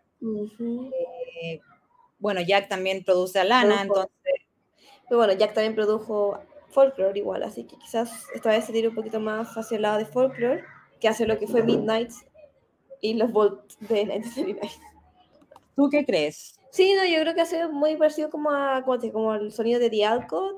bueno, Jack también produce a Lana, entonces... Pero bueno, Jack también produjo Folklore igual, así que quizás esta vez se tire un poquito más hacia el lado de Folklore, que hace lo que fue Midnight y los Volt de 1939. ¿Tú qué crees? Sí, no, yo creo que hace muy parecido como el sonido de The Alcott,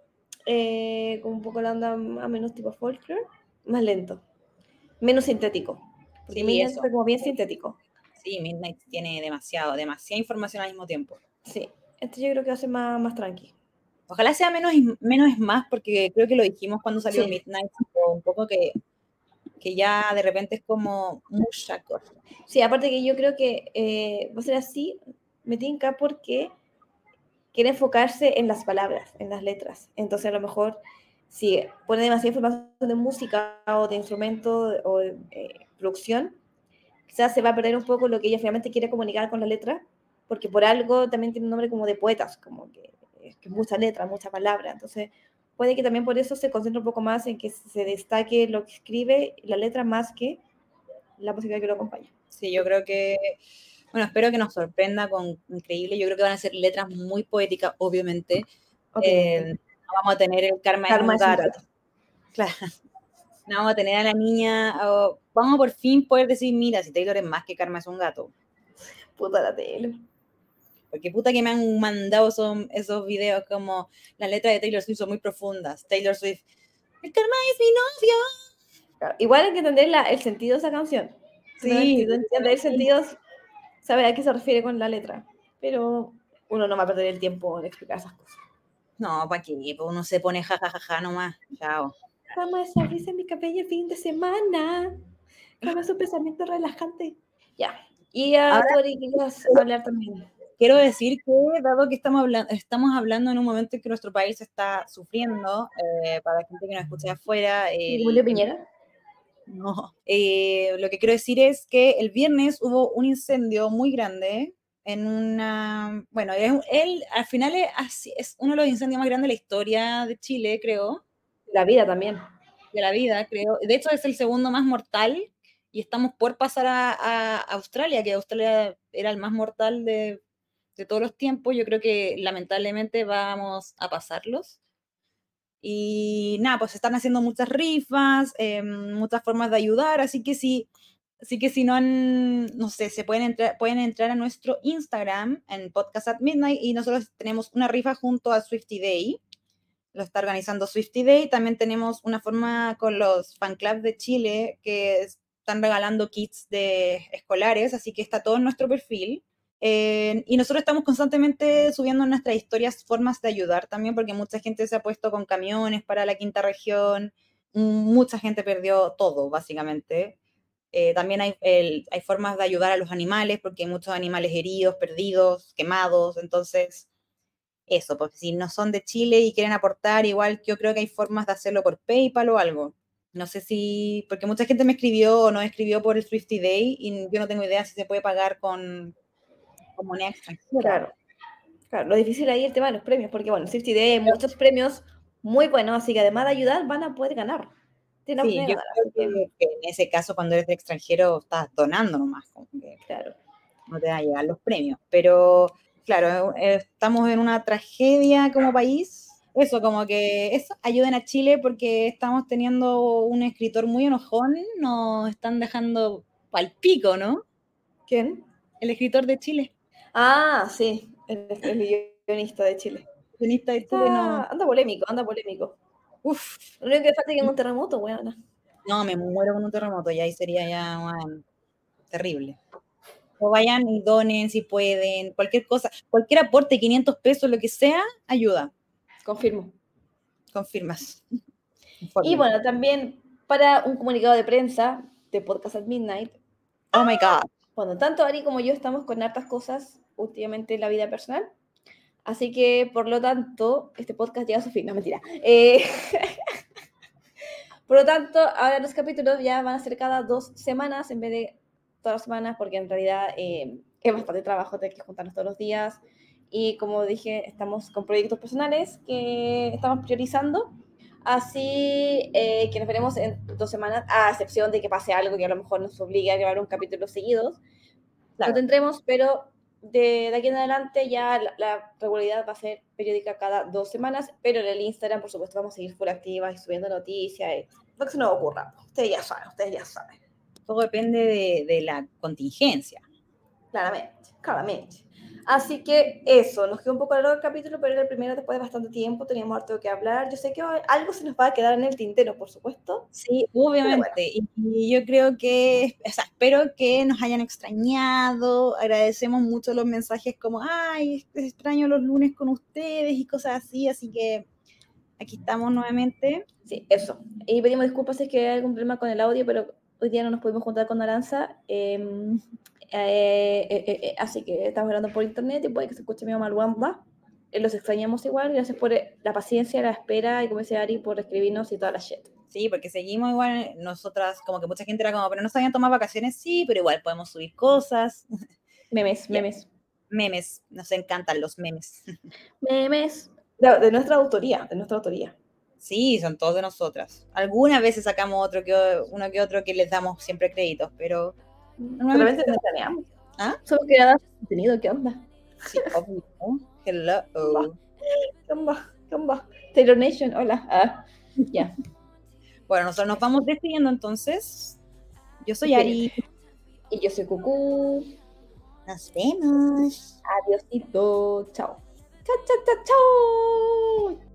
como un poco la onda a menos tipo Folklore, más lento, menos sintético. Porque Sí, Midnight eso. fue como bien sintético. Sí, Midnight tiene demasiada información al mismo tiempo. Sí, este yo creo que va a ser más tranqui. Ojalá sea menos es más, porque creo que lo dijimos cuando salió Sí. Midnight, un poco que ya de repente es como mucha cosa. Sí, aparte que yo creo que va a ser así, me tinca porque quiere enfocarse en las palabras, en las letras. Entonces a lo mejor si pone demasiada información de música o de instrumento o de producción, quizás se va a perder un poco lo que ella finalmente quiere comunicar con la letra, porque por algo también tiene un nombre como de poetas, como que mucha letra, mucha palabra. Entonces puede que también por eso se concentre un poco más en que se destaque lo que escribe la letra más que la música que lo acompaña. Sí, yo creo que, bueno, espero que nos sorprenda con increíble. Yo creo que van a ser letras muy poéticas, obviamente. No vamos a tener el karma es un gato. Claro. No vamos a tener a la niña, vamos a por fin poder decir, mira, si Taylor es más que karma es un gato. Puta la Taylor. Porque puta que me han mandado esos videos como las letras de Taylor Swift son muy profundas. Taylor Swift, el karma es mi novio. Claro, igual hay que entender el sentido de esa canción. Sí. Si tú entiendes el sentido, sabes a qué se refiere con la letra. Pero uno no va a perder el tiempo en explicar esas cosas. No, ¿para qué? Uno se pone jajajaja nomás. Chao. Cama esa risa en mi cabello el fin de semana. Cama su pensamiento relajante. Ya. Y ahora tú querías hablar también. quiero decir que, dado que estamos hablando en un momento en que nuestro país está sufriendo, para la gente que nos escucha de afuera, Julio Piñera. no, lo que quiero decir es que el viernes hubo un incendio muy grande en una, bueno, él al final es uno de los incendios más grandes de la historia de Chile, creo. La vida también. De la vida, creo. De hecho, es el segundo más mortal y estamos por pasar a Australia, que Australia era el más mortal de todos los tiempos. Yo creo que lamentablemente vamos a pasarlos. Y nada, pues están haciendo muchas rifas, muchas formas de ayudar, así que si no han, no sé, pueden entrar a nuestro Instagram en Podcast at Midnight y nosotros tenemos una rifa junto a Swifty Day. Lo está organizando Swifty Day. También tenemos una forma con los fan clubs de Chile que están regalando kits escolares, así que está todo en nuestro perfil. Y nosotros estamos constantemente subiendo en nuestras historias formas de ayudar también, porque mucha gente se ha puesto con camiones para la quinta región, mucha gente perdió todo, básicamente. También hay formas de ayudar a los animales, porque hay muchos animales heridos, perdidos, quemados, entonces eso, pues si no son de Chile y quieren aportar, igual yo creo que hay formas de hacerlo por PayPal o algo. No sé si, porque mucha gente me escribió o no escribió por el Swifty Day y yo no tengo idea si se puede pagar con moneda extranjera. Claro, lo difícil ahí es el tema de los premios, porque bueno, Swifty Day hay muchos premios muy buenos, así que además de ayudar van a poder ganar. Sí, yo creo que en ese caso cuando eres de extranjero estás donando nomás, como que claro, no te van a llegar los premios, pero claro, estamos en una tragedia como país. Eso, como que ayuden a Chile porque estamos teniendo un escritor muy enojón, nos están dejando pal pico, ¿no? ¿Quién? El escritor de Chile. Ah, sí, el guionista de Chile. El guionista de Chile no. Anda polémico. Uf, lo único que falta es que un terremoto, weón. No, me muero con un terremoto, y ahí sería ya terrible. O vayan y donen si pueden, cualquier cosa, cualquier aporte, 500 pesos, lo que sea, ayuda. Confirmo. Confirmas. Y bueno, también para un comunicado de prensa de Podcast at Midnight. Oh my God. Bueno, tanto Ari como yo estamos con hartas cosas últimamente en la vida personal. Así que, por lo tanto, este podcast llega a su fin. No, mentira. Por lo tanto, ahora los capítulos ya van a ser cada 2 semanas en vez de todas las semanas, porque en realidad es bastante trabajo tener que juntarnos todos los días. Y como dije, estamos con proyectos personales que estamos priorizando. Así que nos veremos en 2 semanas, a excepción de que pase algo que a lo mejor nos obligue a grabar un capítulo seguidos. Claro. Lo tendremos, pero de aquí en adelante ya la regularidad va a ser periódica cada 2 semanas, pero en el Instagram, por supuesto, vamos a seguir full activas y subiendo noticias, lo que se nos ocurra. Ustedes ya saben. Todo depende de la contingencia. Claramente. Así que eso, nos quedó un poco largo el capítulo, pero era el primero después de bastante tiempo, teníamos harto que hablar. Yo sé que algo se nos va a quedar en el tintero, por supuesto. Sí, obviamente. Bueno. Y yo creo que, espero que nos hayan extrañado. Agradecemos mucho los mensajes como, ay, extraño los lunes con ustedes y cosas así. Así que aquí estamos nuevamente. Sí, eso. Y pedimos disculpas si es que hay algún problema con el audio, pero hoy día no nos pudimos juntar con Aranza. Así que estamos hablando por internet y puede que se escuche medio mal Wanda. Los extrañamos igual. Gracias por la paciencia, la espera y como decía Ari, por escribirnos y toda la shit. Sí, porque seguimos igual, nosotras, como que mucha gente era como, pero no sabían tomar vacaciones, sí, pero igual podemos subir cosas. Memes. Nos encantan los memes. Memes. De nuestra autoría. Sí, son todos de nosotras. Algunas veces sacamos uno que otro que les damos siempre créditos, pero normalmente nos planeamos. ¿Ah? Somos creadoras de contenido, ¿qué onda? Sí, obvio. Hello. ¿Qué onda? Taylor Nation, hola. Ya. Bueno, nosotros nos vamos despidiendo entonces. Yo soy Ari. Y yo soy Cucú. Nos vemos. Adiósito. Chao. Chao.